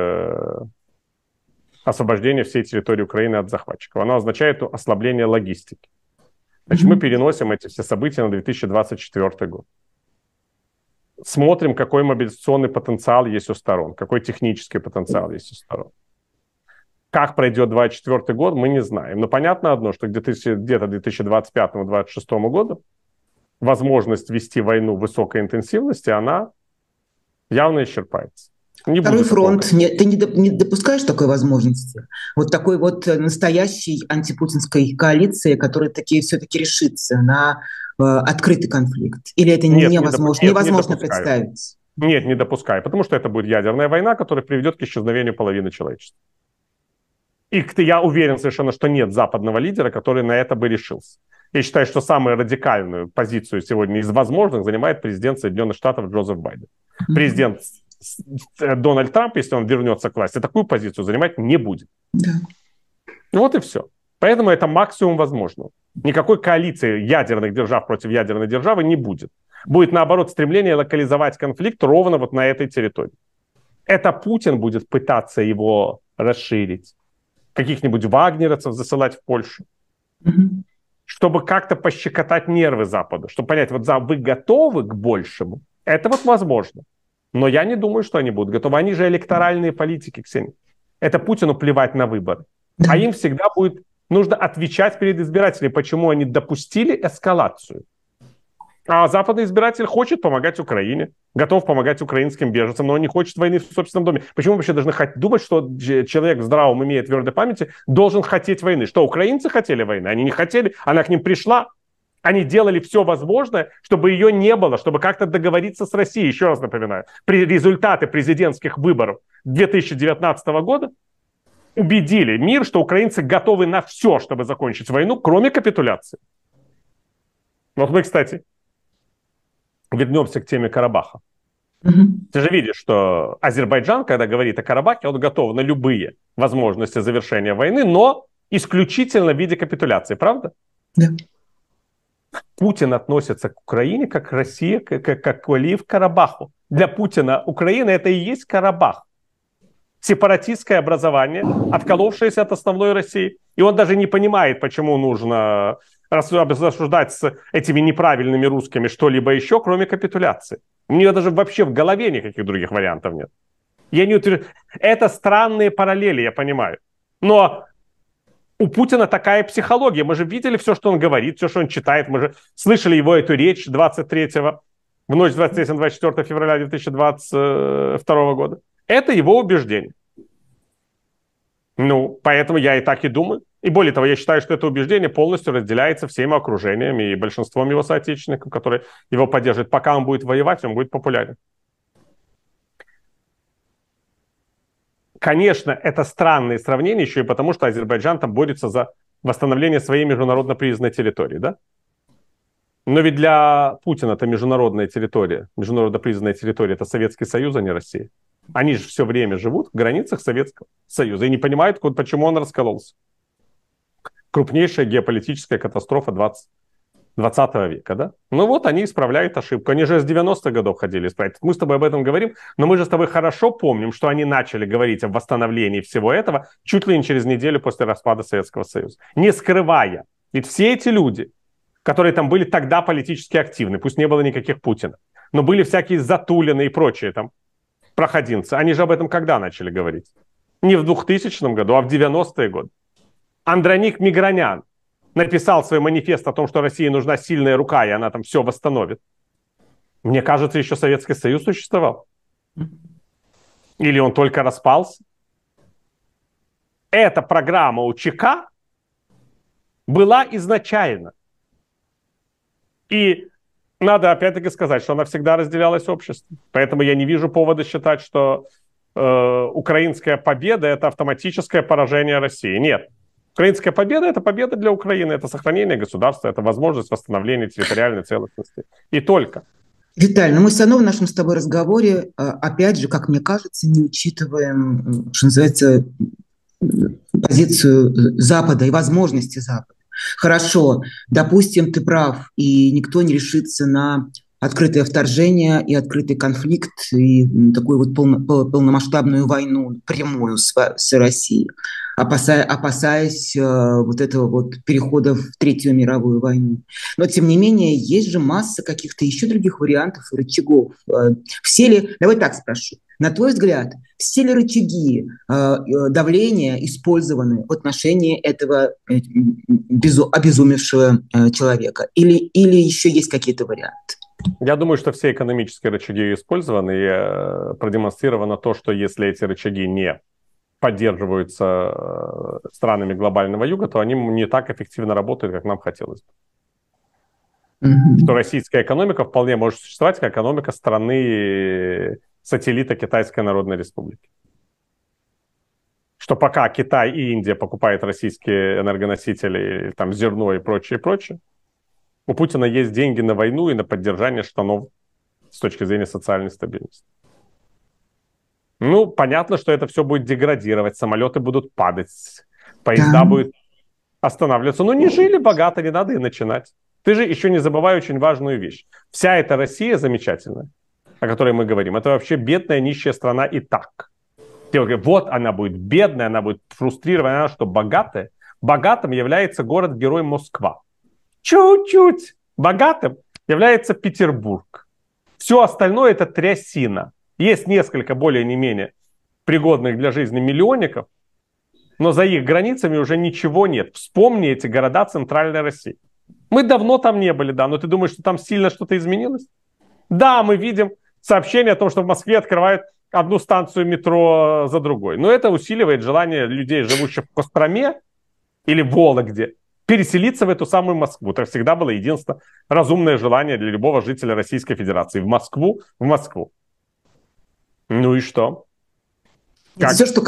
S3: освобождение всей территории Украины от захватчиков. Оно означает ослабление логистики. Значит, мы переносим эти все события на 2024 год. Смотрим, какой мобилизационный потенциал есть у сторон, какой технический потенциал есть у сторон. Как пройдет 2024 год, мы не знаем. Но понятно одно, что где-то 2025-2026 году возможность вести войну высокой интенсивности, она явно исчерпается.
S2: Второй фронт. Ты не допускаешь такой возможности? Вот такой вот настоящей антипутинской коалиции, которая все-таки решится на открытый конфликт? Или это невозможно представить?
S3: Нет, не допускаю, потому что это будет ядерная война, которая приведет к исчезновению половины человечества. И я уверен совершенно, что нет западного лидера, который на это бы решился. Я считаю, что самую радикальную позицию сегодня из возможных занимает президент Соединенных Штатов Джозеф Байден. Президент Дональд Трамп, если он вернется к власти, такую позицию занимать не будет.
S2: Да.
S3: Вот и все. Поэтому это максимум возможного. Никакой коалиции ядерных держав против ядерной державы не будет. Будет, наоборот, стремление локализовать конфликт ровно вот на этой территории. Это Путин будет пытаться его расширить. Каких-нибудь вагнеровцев засылать в Польшу. Чтобы как-то пощекотать нервы Запада. Чтобы понять, вот вы готовы к большему? Это вот возможно. Но я не думаю, что они будут готовы. Они же электоральные политики, Ксения. Это Путину плевать на выборы. А им всегда будет нужно отвечать перед избирателями, почему они допустили эскалацию. А западный избиратель хочет помогать Украине, готов помогать украинским беженцам, но он не хочет войны в собственном доме. Почему вообще должны думать, что человек в здравом уме и твердой памяти должен хотеть войны? Что, украинцы хотели войны? Они не хотели, она к ним пришла. Они делали все возможное, чтобы ее не было, чтобы как-то договориться с Россией. Еще раз напоминаю, результаты президентских выборов 2019 года убедили мир, что украинцы готовы на все, чтобы закончить войну, кроме капитуляции. Вот мы, кстати, вернемся к теме Карабаха. Ты же видишь, что Азербайджан, когда говорит о Карабахе, он готов на любые возможности завершения войны, но исключительно в виде капитуляции, правда?
S2: Да.
S3: Путин относится к Украине как Россия, как Алиев к Карабаху. Для Путина Украина это и есть Карабах. Сепаратистское образование, отколовшееся от основной России. И он даже не понимает, почему нужно рассуждать с этими неправильными русскими что-либо еще, кроме капитуляции. У нее даже вообще в голове никаких других вариантов нет. Я не утверждаю. Это странные параллели, я понимаю. Но у Путина такая психология. Мы же видели все, что он говорит, все, что он читает. Мы же слышали его эту речь 23-го, в ночь 23-24 февраля 2022 года. Это его убеждение. Поэтому я и так и думаю. И более того, я считаю, что это убеждение полностью разделяется всеми окружениями и большинством его соотечественников, которые его поддерживают. Пока он будет воевать, он будет популярен. Конечно, это странные сравнения еще и потому, что Азербайджан там борется за восстановление своей международно признанной территории, да? Но ведь для Путина это международная территория, международно признанная территория, это Советский Союз, а не Россия. Они же все время живут в границах Советского Союза и не понимают, почему он раскололся. Крупнейшая геополитическая катастрофа 20 века, да? Они исправляют ошибку. Они же с 90-х годов ходили исправить. Мы с тобой об этом говорим, но мы же с тобой хорошо помним, что они начали говорить о восстановлении всего этого чуть ли не через неделю после распада Советского Союза. Не скрывая. Ведь все эти люди, которые там были тогда политически активны, пусть не было никаких Путина, но были всякие Затулины и прочие там проходимцы. Они же об этом когда начали говорить? Не в 2000 году, а в 90-е годы. Андроник Мигранян написал свой манифест о том, что России нужна сильная рука, и она там все восстановит. Мне кажется, еще Советский Союз существовал. Или он только распался. Эта программа у ЧК была изначально. И надо опять-таки сказать, что она всегда разделялась обществом. Поэтому я не вижу повода считать, что украинская победа – это автоматическое поражение России. Нет. Украинская победа – это победа для Украины, это сохранение государства, это возможность восстановления территориальной целостности. И только.
S2: Виталий, но мы все равно в нашем с тобой разговоре, опять же, как мне кажется, не учитываем, что называется, позицию Запада и возможности Запада. Хорошо, допустим, ты прав, и никто не решится на открытое вторжение и открытый конфликт, и такую вот полномасштабную войну прямую с Россией, опасаясь вот этого вот перехода в Третью мировую войну. Но, тем не менее, есть же масса каких-то еще других вариантов и рычагов. Все ли, давай так спрошу, на твой взгляд, все ли рычаги давления использованы в отношении этого обезумевшего человека? Или еще есть какие-то варианты?
S3: Я думаю, что все экономические рычаги использованы, и продемонстрировано то, что если эти рычаги не поддерживаются странами глобального юга, то они не так эффективно работают, как нам хотелось бы. Что российская экономика вполне может существовать как экономика страны сателлита Китайской Народной Республики. Что пока Китай и Индия покупают российские энергоносители, там, зерно и прочее, у Путина есть деньги на войну и на поддержание штанов с точки зрения социальной стабильности. Ну, понятно, что это все будет деградировать, самолеты будут падать, поезда будут останавливаться. Но не жили богато, не надо и начинать. Ты же еще не забывай очень важную вещь. Вся эта Россия замечательная, о которой мы говорим, это вообще бедная, нищая страна и так. Ты говоришь, вот она будет бедная, она будет фрустрированная, она что, богатая? Богатым является город-герой Москва. Чуть-чуть богатым является Петербург. Все остальное это трясина. Есть несколько более не менее пригодных для жизни миллионников, но за их границами уже ничего нет. Вспомни эти города Центральной России. Мы давно там не были, да, но ты думаешь, что там сильно что-то изменилось? Да, мы видим сообщение о том, что в Москве открывают одну станцию метро за другой. Но это усиливает желание людей, живущих в Костроме или в Вологде, переселиться в эту самую Москву. Это всегда было единственное разумное желание для любого жителя Российской Федерации. В Москву, в Москву. Ну и что?
S2: Все, что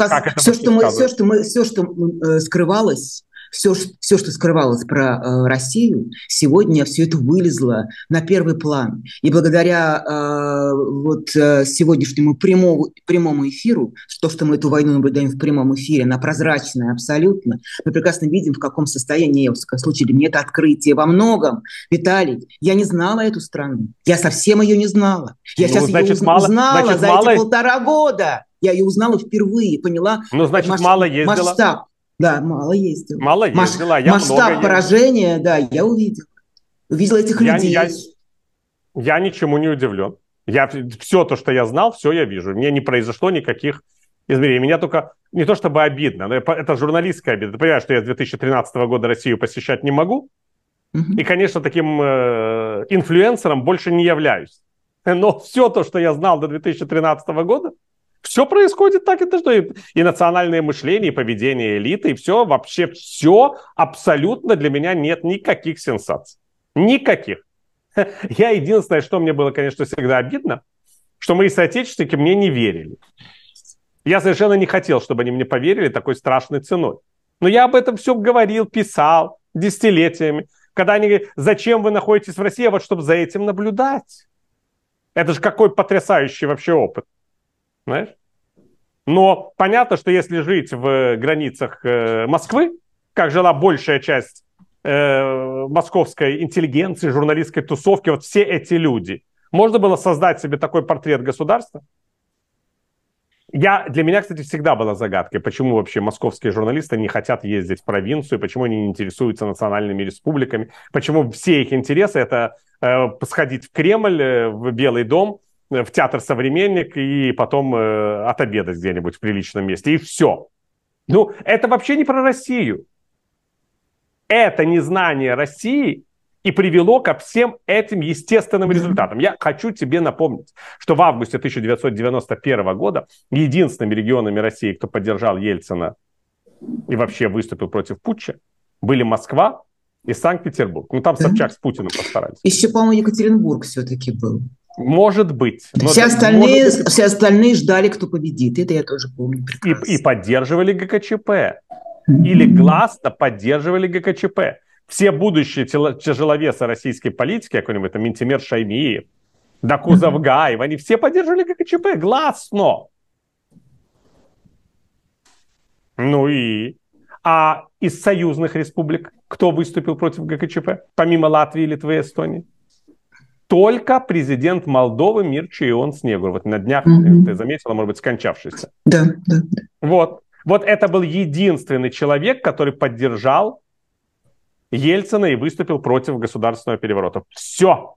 S2: скрывалось, все, что скрывалось про Россию, сегодня все это вылезло на первый план. И благодаря сегодняшнему прямому эфиру, то, что мы эту войну наблюдаем в прямом эфире, она прозрачная абсолютно, мы прекрасно видим, в каком состоянии, в случае для меня это открытие во многом. Виталий, я не знала эту страну, я совсем ее не знала. Я сейчас ее узнала за эти 1,5 года. Я ее узнала впервые, поняла
S3: мало ездила.
S2: Масштаб. Да, мало ездила.
S3: Мало ездила, я
S2: масштаб поражения, да, я увидела. Увидела этих людей.
S3: Я ничему не удивлен. Все то, что я знал, все я вижу. Мне не произошло никаких изменений. Меня только не то чтобы обидно, но это журналистская обида. Ты понимаешь, что я с 2013 года Россию посещать не могу. И, конечно, таким инфлюенсером больше не являюсь. Но все то, что я знал до 2013 года, все происходит так, это что и национальное мышление, и поведение элиты, и все, вообще все абсолютно для меня нет никаких сенсаций. Никаких. Я единственное, что мне было, конечно, всегда обидно, что мои соотечественники мне не верили. Я совершенно не хотел, чтобы они мне поверили такой страшной ценой. Но я об этом все говорил, писал десятилетиями. Когда они говорят, зачем вы находитесь в России, вот чтобы за этим наблюдать. Это же какой потрясающий вообще опыт. Знаешь? Но понятно, что если жить в границах Москвы, как жила большая часть московской интеллигенции, журналистской тусовки, вот все эти люди, можно было создать себе такой портрет государства? Для меня, кстати, всегда была загадкой, почему вообще московские журналисты не хотят ездить в провинцию, почему они не интересуются национальными республиками, почему все их интересы — это сходить в Кремль, в Белый дом, в театр «Современник» и потом отобедать где-нибудь в приличном месте, и все. Ну, это вообще не про Россию. Это незнание России и привело ко всем этим естественным результатам. Я хочу тебе напомнить, что в августе 1991 года единственными регионами России, кто поддержал Ельцина и вообще выступил против путча, были Москва и Санкт-Петербург. Ну, там Собчак с Путиным постарались.
S2: Еще, по-моему, Екатеринбург все-таки был.
S3: Может быть.
S2: Все остальные ждали, кто победит. Это я тоже помню прекрасно.
S3: И поддерживали ГКЧП. Или гласно поддерживали ГКЧП. Все будущие тяжеловесы российской политики, какой-нибудь там Ментимер Шаймиев, Дакузов Гаев, они все поддерживали ГКЧП гласно. Ну и... А из союзных республик кто выступил против ГКЧП, помимо Латвии, Литвы и Эстонии? Только президент Молдовы Мирча Ион Снегур. Вот на днях, ты заметила, может быть, скончавшийся.
S2: Да.
S3: Вот это был единственный человек, который поддержал Ельцина и выступил против государственного переворота. Все.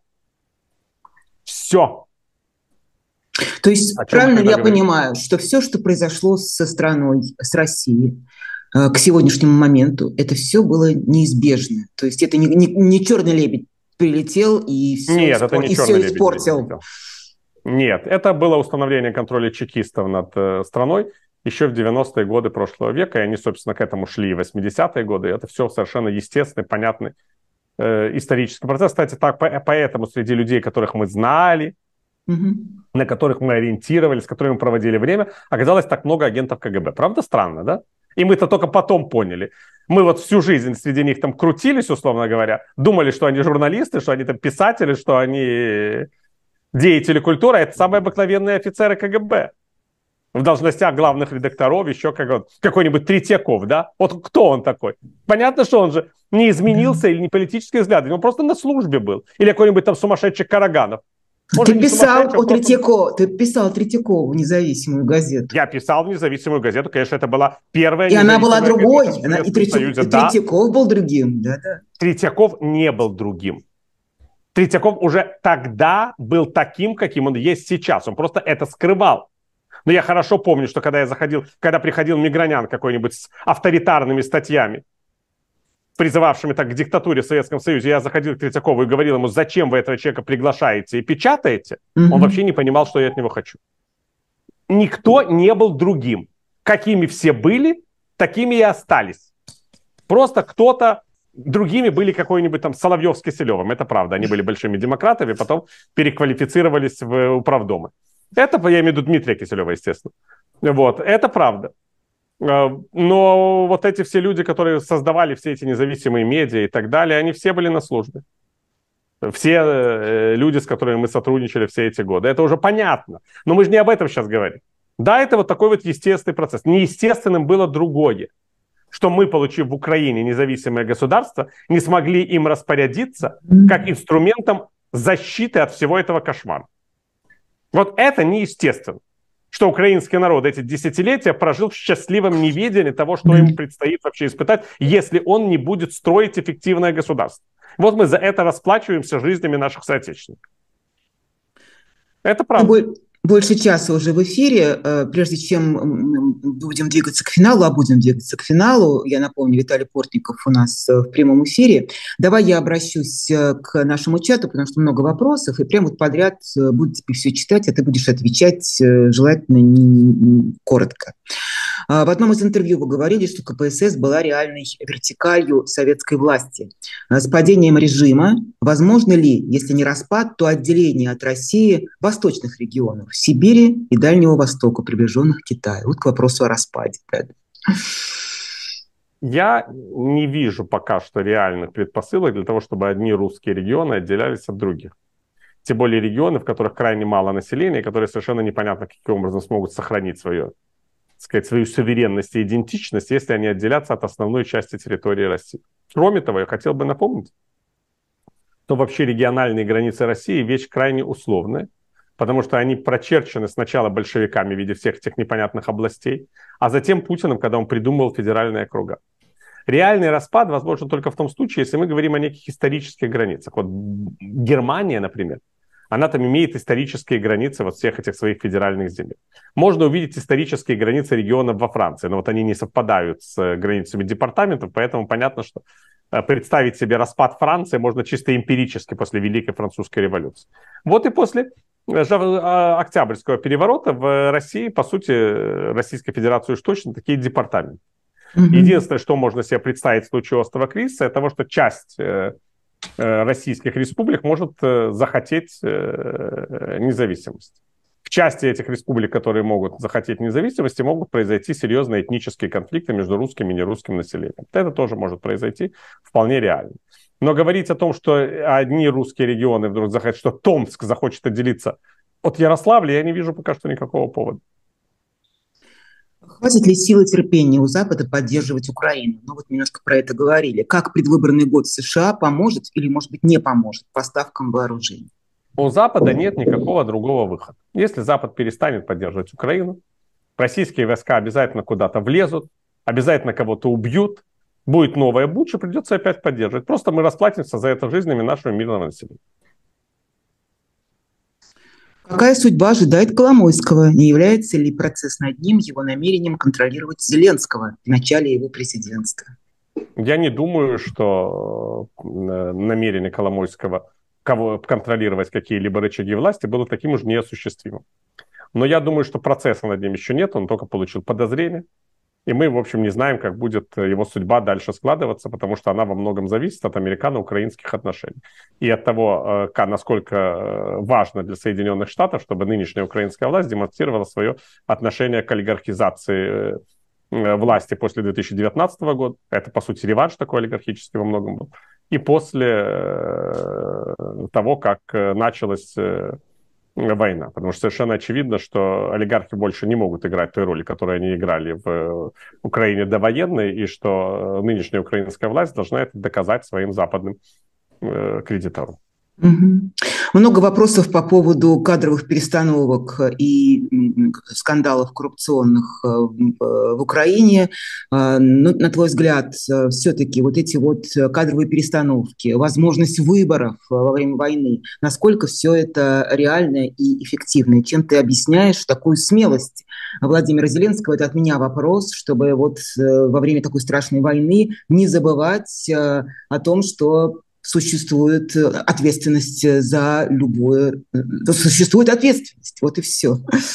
S2: То есть, правильно я понимаю, что все, что произошло со страной, с Россией к сегодняшнему моменту, это все было неизбежно? То есть это не черный лебедь прилетел и все испортил?
S3: Нет, это было установление контроля чекистов над страной еще в 90-е годы прошлого века, и они, собственно, к этому шли в 80-е годы. Это все совершенно естественный, понятный исторический процесс. Кстати, поэтому среди людей, которых мы знали, на которых мы ориентировались, с которыми мы проводили время, оказалось так много агентов КГБ. Правда, странно, да? И мы-то только потом поняли. Мы вот всю жизнь среди них там крутились, условно говоря, думали, что они журналисты, что они там писатели, что они деятели культуры, а это самые обыкновенные офицеры КГБ. В должностях главных редакторов, еще какой-нибудь Третьяков, да? Вот кто он такой? Понятно, что он же не изменился или не политические взгляды, он просто на службе был. Или какой-нибудь там сумасшедший Караганов.
S2: Ты писал Третьякову независимую газету.
S3: Я писал в независимую газету, конечно, это была первая.
S2: И она была другой, и Третьяков был другим. Да.
S3: Третьяков не был другим. Третьяков уже тогда был таким, каким он есть сейчас. Он просто это скрывал. Но я хорошо помню, что когда приходил Мигранян какой-нибудь с авторитарными статьями, призывавшими так к диктатуре в Советском Союзе, я заходил к Третьякову и говорил ему, зачем вы этого человека приглашаете и печатаете, он вообще не понимал, что я от него хочу. Никто не был другим. Какими все были, такими и остались. Просто кто-то, другими были какой-нибудь там Соловьев с Киселевым. Это правда, они были большими демократами, потом переквалифицировались в управдомы. Это, я имею в виду Дмитрия Киселева, естественно. Вот, это правда. Но вот эти все люди, которые создавали все эти независимые медиа и так далее, они все были на службе. Все люди, с которыми мы сотрудничали все эти годы. Это уже понятно. Но мы же не об этом сейчас говорим. Да, это вот такой вот естественный процесс. Неестественным было другое. Что мы, получив в Украине независимое государство, не смогли им распорядиться как инструментом защиты от всего этого кошмара. Вот это неестественно. Что украинский народ эти десятилетия прожил в счастливом неведении того, что ему предстоит вообще испытать, если он не будет строить эффективное государство. Вот мы за это расплачиваемся жизнями наших соотечественников. Это правда.
S2: Больше часа уже в эфире. Прежде чем будем двигаться к финалу, я напомню, Виталий Портников у нас в прямом эфире. Давай я обращусь к нашему чату, потому что много вопросов, и прямо вот подряд буду тебе все читать, а ты будешь отвечать желательно не коротко. В одном из интервью вы говорили, что КПСС была реальной вертикалью советской власти. С падением режима возможно ли, если не распад, то отделение от России восточных регионов, Сибири и Дальнего Востока, приближенных к Китаю? Вот к вопросу о распаде.
S3: Я не вижу пока что реальных предпосылок для того, чтобы одни русские регионы отделялись от других. Тем более регионы, в которых крайне мало населения, которые совершенно непонятно, каким образом смогут сохранить свою суверенность и идентичность, если они отделятся от основной части территории России. Кроме того, я хотел бы напомнить, что вообще региональные границы России вещь крайне условная, потому что они прочерчены сначала большевиками в виде всех этих непонятных областей, а затем Путиным, когда он придумывал федеральные округа. Реальный распад возможен только в том случае, если мы говорим о неких исторических границах. Вот Германия, например, она там имеет исторические границы вот всех этих своих федеральных земель. Можно увидеть исторические границы регионов во Франции, но вот они не совпадают с границами департаментов, поэтому понятно, что представить себе распад Франции можно чисто эмпирически после Великой Французской революции. Вот и после Октябрьского переворота в России, по сути, Российской Федерации уж точно такие департаменты. Единственное, что можно себе представить в случае острого кризиса, это того, что часть российских республик может захотеть независимость. В части этих республик, которые могут захотеть независимости, могут произойти серьезные этнические конфликты между русским и нерусским населением. Это тоже может произойти вполне реально. Но говорить о том, что одни русские регионы вдруг захотят, что Томск захочет отделиться от Ярославля, я не вижу пока что никакого повода.
S2: Хватит ли силы терпения у Запада поддерживать Украину? Ну вот немножко про это говорили. Как предвыборный год США поможет или, может быть, не поможет поставкам вооружений?
S3: У Запада нет никакого другого выхода. Если Запад перестанет поддерживать Украину, российские войска обязательно куда-то влезут, обязательно кого-то убьют, будет новая буча, придется опять поддерживать. Просто мы расплатимся за это жизнями нашего мирного населения.
S2: Какая судьба ожидает Коломойского? Не является ли процесс над ним его намерением контролировать Зеленского в начале его президентства?
S3: Я не думаю, что намерение Коломойского контролировать какие-либо рычаги власти было таким уж неосуществимым. Но я думаю, что процесса над ним еще нет, он только получил подозрение. И мы, в общем, не знаем, как будет его судьба дальше складываться, потому что она во многом зависит от американо-украинских отношений. И от того, насколько важно для Соединенных Штатов, чтобы нынешняя украинская власть демонстрировала свое отношение к олигархизации власти после 2019 года. Это, по сути, реванш такой олигархический во многом был. И после того, как началась война. Потому что совершенно очевидно, что олигархи больше не могут играть той роли, которую они играли в Украине довоенной, и что нынешняя украинская власть должна это доказать своим западным кредиторам.
S2: Угу. Много вопросов по поводу кадровых перестановок и скандалов коррупционных в Украине. Ну, на твой взгляд, все-таки вот эти вот кадровые перестановки, возможность выборов во время войны, насколько все это реально и эффективно? Чем ты объясняешь такую смелость Владимира Зеленского? Это от меня вопрос, чтобы вот во время такой страшной войны не забывать о том, что существует ответственность за любое... Существует ответственность, вот и все.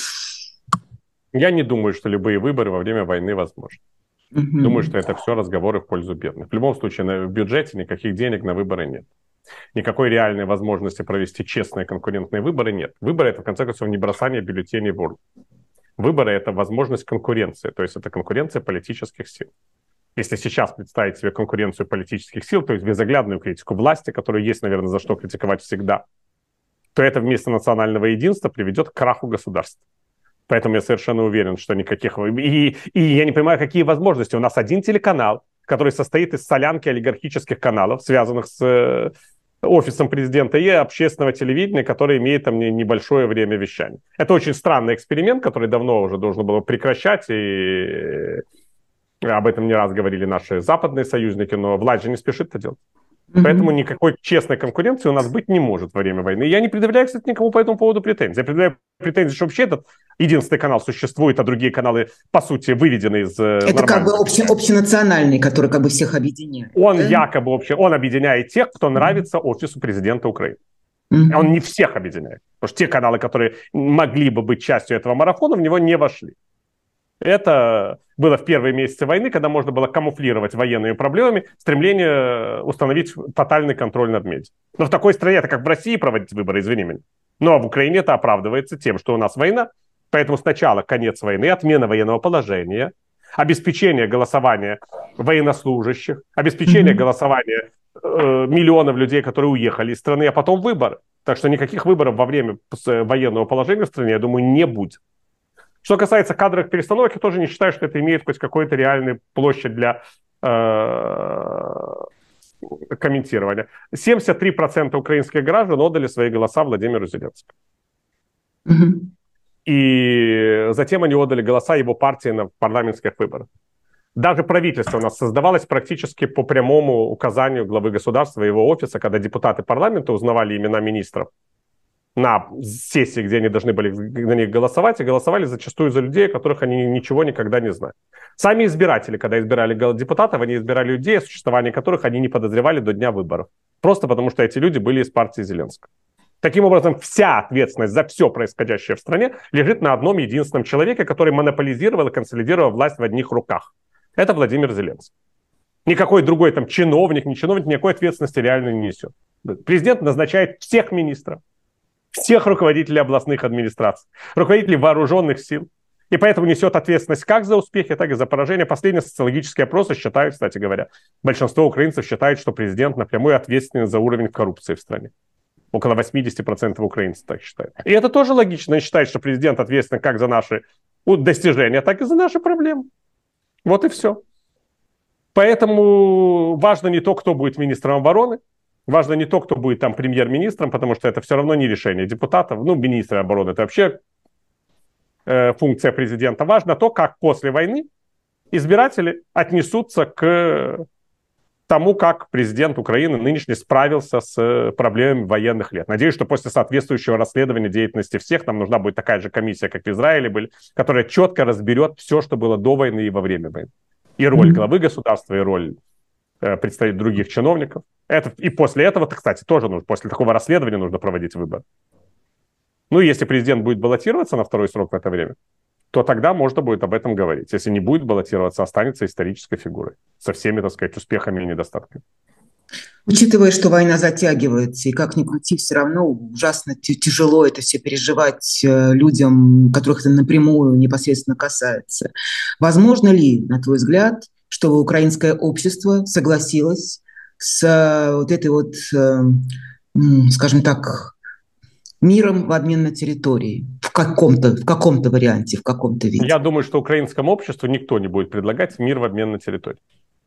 S3: Я не думаю, что любые выборы во время войны возможны. Думаю, что это все разговоры в пользу бедных. В любом случае, в бюджете никаких денег на выборы нет. Никакой реальной возможности провести честные конкурентные выборы нет. Выборы – это, в конце концов, не бросание бюллетеней в урну. Выборы – это возможность конкуренции, то есть это конкуренция политических сил. Если сейчас представить себе конкуренцию политических сил, то есть безоглядную критику власти, которую есть, наверное, за что критиковать всегда, то это вместо национального единства приведет к краху государства. Поэтому я совершенно уверен, что никаких... И я не понимаю, какие возможности. У нас один телеканал, который состоит из солянки олигархических каналов, связанных с офисом президента, и общественного телевидения, которое имеет там небольшое время вещания. Это очень странный эксперимент, который давно уже должно было прекращать, и об этом не раз говорили наши западные союзники, но власть же не спешит это делать. Поэтому никакой честной конкуренции у нас быть не может во время войны. Я не предъявляю, кстати, никому по этому поводу претензий. Я предъявляю претензии, что вообще этот единственный канал существует, а другие каналы, по сути, выведены из
S2: это как бы общенациональный, который как бы всех объединяет.
S3: Он якобы он объединяет тех, кто нравится офису президента Украины. Он не всех объединяет. Потому что те каналы, которые могли бы быть частью этого марафона, в него не вошли. Это было в первые месяцы войны, когда можно было камуфлировать военными проблемами стремление установить тотальный контроль над медиа. Но в такой стране, это как в России проводить выборы, извини меня. Но в Украине это оправдывается тем, что у нас война. Поэтому сначала конец войны, отмена военного положения, обеспечение голосования военнослужащих, обеспечение голосования миллионов людей, которые уехали из страны, а потом выборы. Так что никаких выборов во время военного положения в стране, я думаю, не будет. Что касается кадровых перестановок, я тоже не считаю, что это имеет хоть какую-то реальную площадь для комментирования. 73% украинских граждан отдали свои голоса Владимиру Зеленскому. И затем они отдали голоса его партии на парламентских выборах. Даже правительство у нас создавалось практически по прямому указанию главы государства и его офиса, когда депутаты парламента узнавали имена министров на сессии, где они должны были на них голосовать, и голосовали зачастую за людей, о которых они ничего никогда не знали. Сами избиратели, когда избирали депутатов, они избирали людей, о существовании которых они не подозревали до дня выборов. Просто потому, что эти люди были из партии Зеленского. Таким образом, вся ответственность за все происходящее в стране лежит на одном единственном человеке, который монополизировал и консолидировал власть в одних руках. Это Владимир Зеленский. Никакой другой там чиновник, не чиновник, никакой ответственности реально не несет. Президент назначает всех министров, всех руководителей областных администраций, руководителей вооруженных сил. И поэтому несет ответственность как за успехи, так и за поражение. Последние социологические опросы считают, кстати говоря, большинство украинцев считают, что президент напрямую ответственен за уровень коррупции в стране. Около 80% украинцев так считают. И это тоже логично. Они считают, что президент ответственен как за наши достижения, так и за наши проблемы. Вот и все. Поэтому важно не то, кто будет министром обороны, важно не то, кто будет там премьер-министром, потому что это все равно не решение депутатов. Ну, министр обороны – это вообще функция президента. Важно то, как после войны избиратели отнесутся к тому, как президент Украины нынешний справился с проблемами военных лет. Надеюсь, что после соответствующего расследования деятельности всех нам нужна будет такая же комиссия, как в Израиле были, которая четко разберет все, что было до войны и во время войны. И роль главы государства, и роль представителей других чиновников. И после этого, кстати, тоже нужно, после такого расследования нужно проводить выборы. Ну, если президент будет баллотироваться на второй срок в это время, то тогда можно будет об этом говорить. Если не будет баллотироваться, останется исторической фигурой со всеми, так сказать, успехами и недостатками.
S2: Учитывая, что война затягивается, и как ни крути, все равно ужасно тяжело это все переживать людям, которых это напрямую непосредственно касается. Возможно ли, на твой взгляд, чтобы украинское общество согласилось с вот этой вот, скажем так, миром в обмен на территории? В каком-то варианте, в каком-то виде.
S3: Я думаю, что украинскому обществу никто не будет предлагать мир в обмен на территории.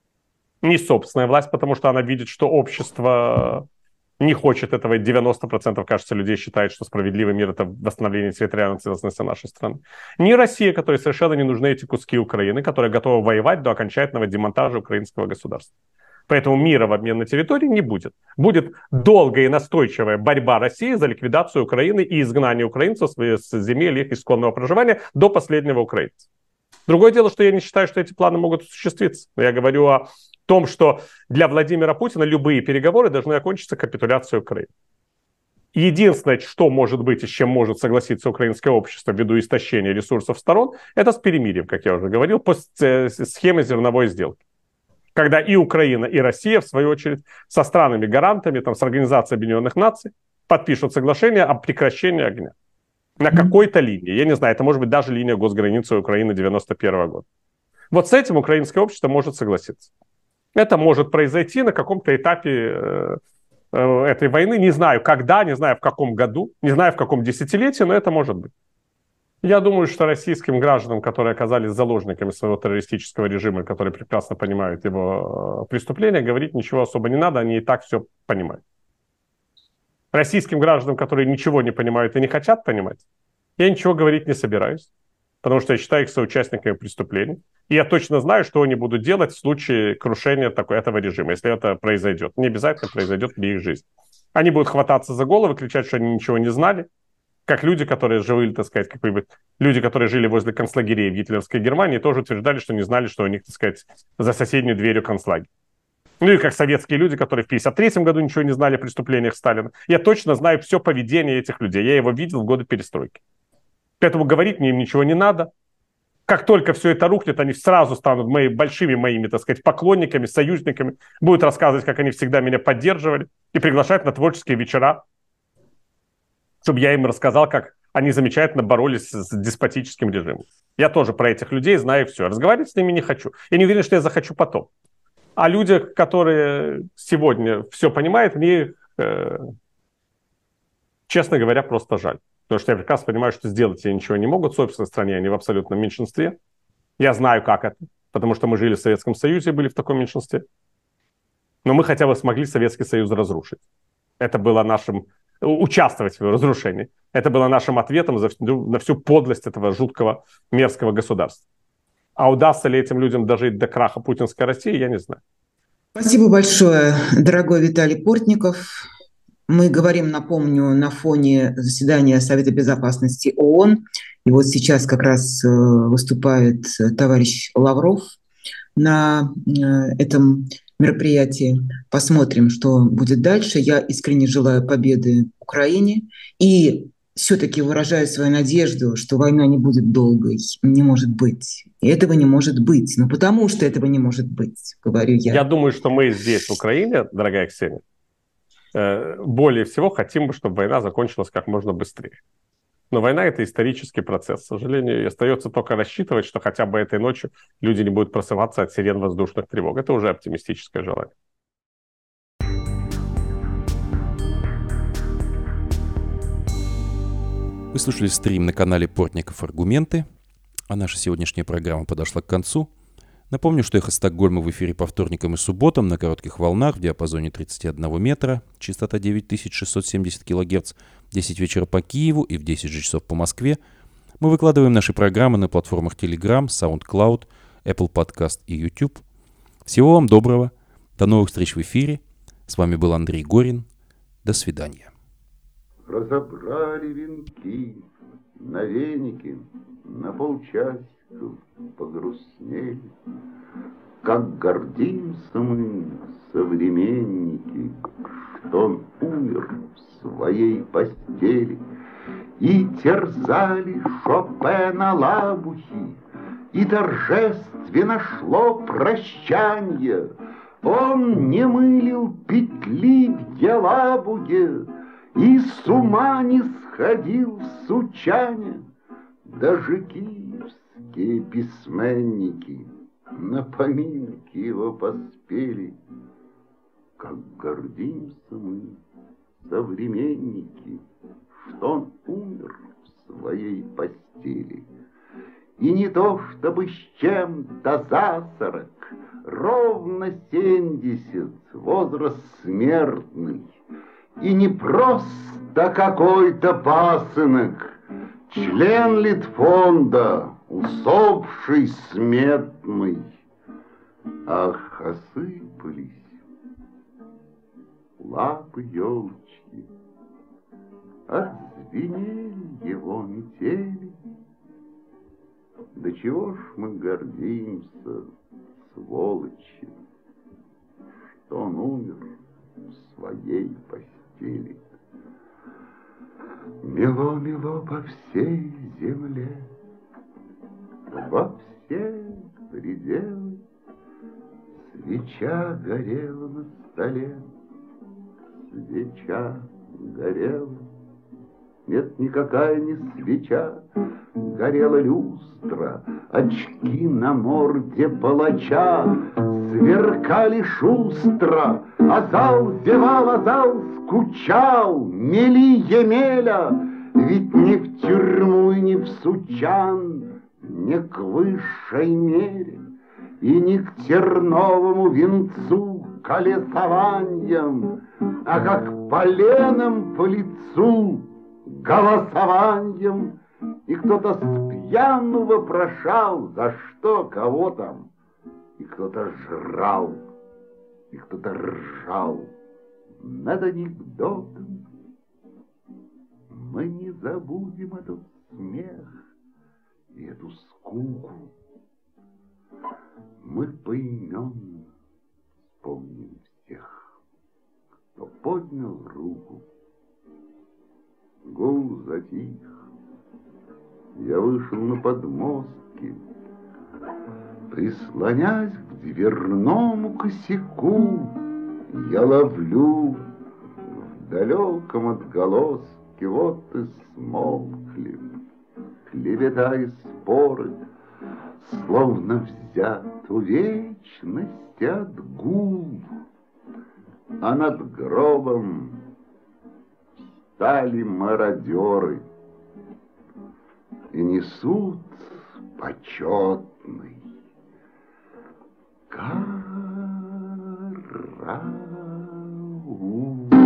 S3: Не собственная власть, потому что она видит, что общество не хочет этого. 90%, кажется, людей считает, что справедливый мир – это восстановление территориальной целостности нашей страны. Не Россия, которой совершенно не нужны эти куски Украины, которая готова воевать до окончательного демонтажа украинского государства. Поэтому мира в обмен на территории не будет. Будет долгая и настойчивая борьба России за ликвидацию Украины и изгнание украинцев с земель их исконного проживания до последнего украинца. Другое дело, что я не считаю, что эти планы могут осуществиться. Я говорю о том, что для Владимира Путина любые переговоры должны окончиться капитуляцией Украины. Единственное, что может быть и с чем может согласиться украинское общество ввиду истощения ресурсов сторон, это с перемирием, как я уже говорил, по схеме зерновой сделки. Когда и Украина, и Россия, в свою очередь, со странами-гарантами, там, с Организацией Объединенных Наций, подпишут соглашение о прекращении огня. На какой-то линии. Я не знаю, это может быть даже линия госграницы Украины 1991 года. Вот с этим украинское общество может согласиться. Это может произойти на каком-то этапе этой войны. Не знаю, когда, не знаю, в каком году, не знаю, в каком десятилетии, но это может быть. Я думаю, что российским гражданам, которые оказались заложниками своего террористического режима, которые прекрасно понимают его преступления, говорить ничего особо не надо, они и так все понимают. Российским гражданам, которые ничего не понимают и не хотят понимать, я ничего говорить не собираюсь, потому что я считаю их соучастниками преступлений. И я точно знаю, что они будут делать в случае крушения этого режима, если это произойдет. Не обязательно произойдет в их жизни. Они будут хвататься за головы, кричать, что они ничего не знали, как люди, которые жили, так сказать, люди, которые жили возле концлагерей в гитлеровской Германии, тоже утверждали, что не знали, что у них, так сказать, за соседней дверью концлагерь. Ну и как советские люди, которые в 1953 году ничего не знали о преступлениях Сталина. Я точно знаю все поведение этих людей. Я его видел в годы перестройки. Поэтому говорить мне им ничего не надо. Как только все это рухнет, они сразу станут моими, так сказать, поклонниками, союзниками. Будут рассказывать, как они всегда меня поддерживали. И приглашать на творческие вечера, чтобы я им рассказал, как они замечательно боролись с деспотическим режимом. Я тоже про этих людей знаю все. Разговаривать с ними не хочу. Я не уверен, что я захочу потом. А люди, которые сегодня все понимают, мне, честно говоря, просто жаль. Потому что я прекрасно понимаю, что сделать они ничего не могут в собственной стране, они в абсолютном меньшинстве. Я знаю, как это, потому что мы жили в Советском Союзе и были в таком меньшинстве. Но мы хотя бы смогли Советский Союз разрушить. Это было нашим участвовать в его разрушении. Это было нашим ответом на всю подлость этого жуткого, мерзкого государства. А удастся ли этим людям дожить до краха путинской России, я не знаю.
S2: Спасибо большое, дорогой Виталий Портников. Мы говорим, напомню, на фоне заседания Совета Безопасности ООН. И вот сейчас как раз выступает товарищ Лавров на этом мероприятии. Посмотрим, что будет дальше. Я искренне желаю победы Украине и все-таки выражаю свою надежду, что война не будет долгой. Не может быть. И этого не может быть. Но потому что этого не может быть, говорю я.
S3: Я думаю, что мы здесь, в Украине, дорогая Ксения, более всего хотим, чтобы война закончилась как можно быстрее. Но война – это исторический процесс. К сожалению, и остается только рассчитывать, что хотя бы этой ночью люди не будут просыпаться от сирен воздушных тревог. Это уже оптимистическое желание.
S1: Вы слушали стрим на канале Портников «Аргументы», а наша сегодняшняя программа подошла к концу. Напомню, что «Эхо Стокгольма» в эфире по вторникам и субботам на коротких волнах в диапазоне 31 метра, частота 9670 кГц, 10 вечера по Киеву и в 10 же часов по Москве. Мы выкладываем наши программы на платформах Telegram, SoundCloud, Apple Podcast и YouTube. Всего вам доброго. До новых встреч в эфире. С вами был Андрей Горин. До свидания.
S4: Разобрали венки на веники, на полчасиков погрустнели. Как гордимся мы, современники, что он умер в своей постели. И терзали Шопена лабухи, и торжественно шло прощанье. Он не мылил петли в Елабуге и с ума не сходил в Сучане. Даже киевские письменники на поминки его поспели. Как гордимся мы, современники, что он умер в своей постели. И не то, чтобы с чем-то за 40, ровно 70, возраст смертный. И не просто какой-то пасынок, член Литфонда, усопший сметный. Ах, осыпались лапы елочки, отзвенели его метели. Да чего ж мы гордимся, сволочи, что он умер в своей постели. Мело-мело по всей земле, во все пределы, свеча горела на столе, свеча горела. Нет, никакая не свеча, горела люстра, очки на морде палача сверкали шустро, а зал зевал, а зал скучал, мели Емеля, ведь ни в тюрьму и ни в Сучан, не к высшей мере и не к терновому венцу колесованием, а как поленом по лицу голосованием. И кто-то с пьяну вопрошал, за что, кого там. И кто-то жрал, и кто-то ржал над анекдотом. Мы не забудем этот смех и эту скуку. Мы поименно вспомним всех, кто поднял руку. Гул затих. Я вышел на подмостки, прислонясь к дверному косяку. Я ловлю в далеком отголоске, вот и смолкли клевета и споры, словно взят у вечности отгул. А над гробом стали мародеры и несут почетный караул.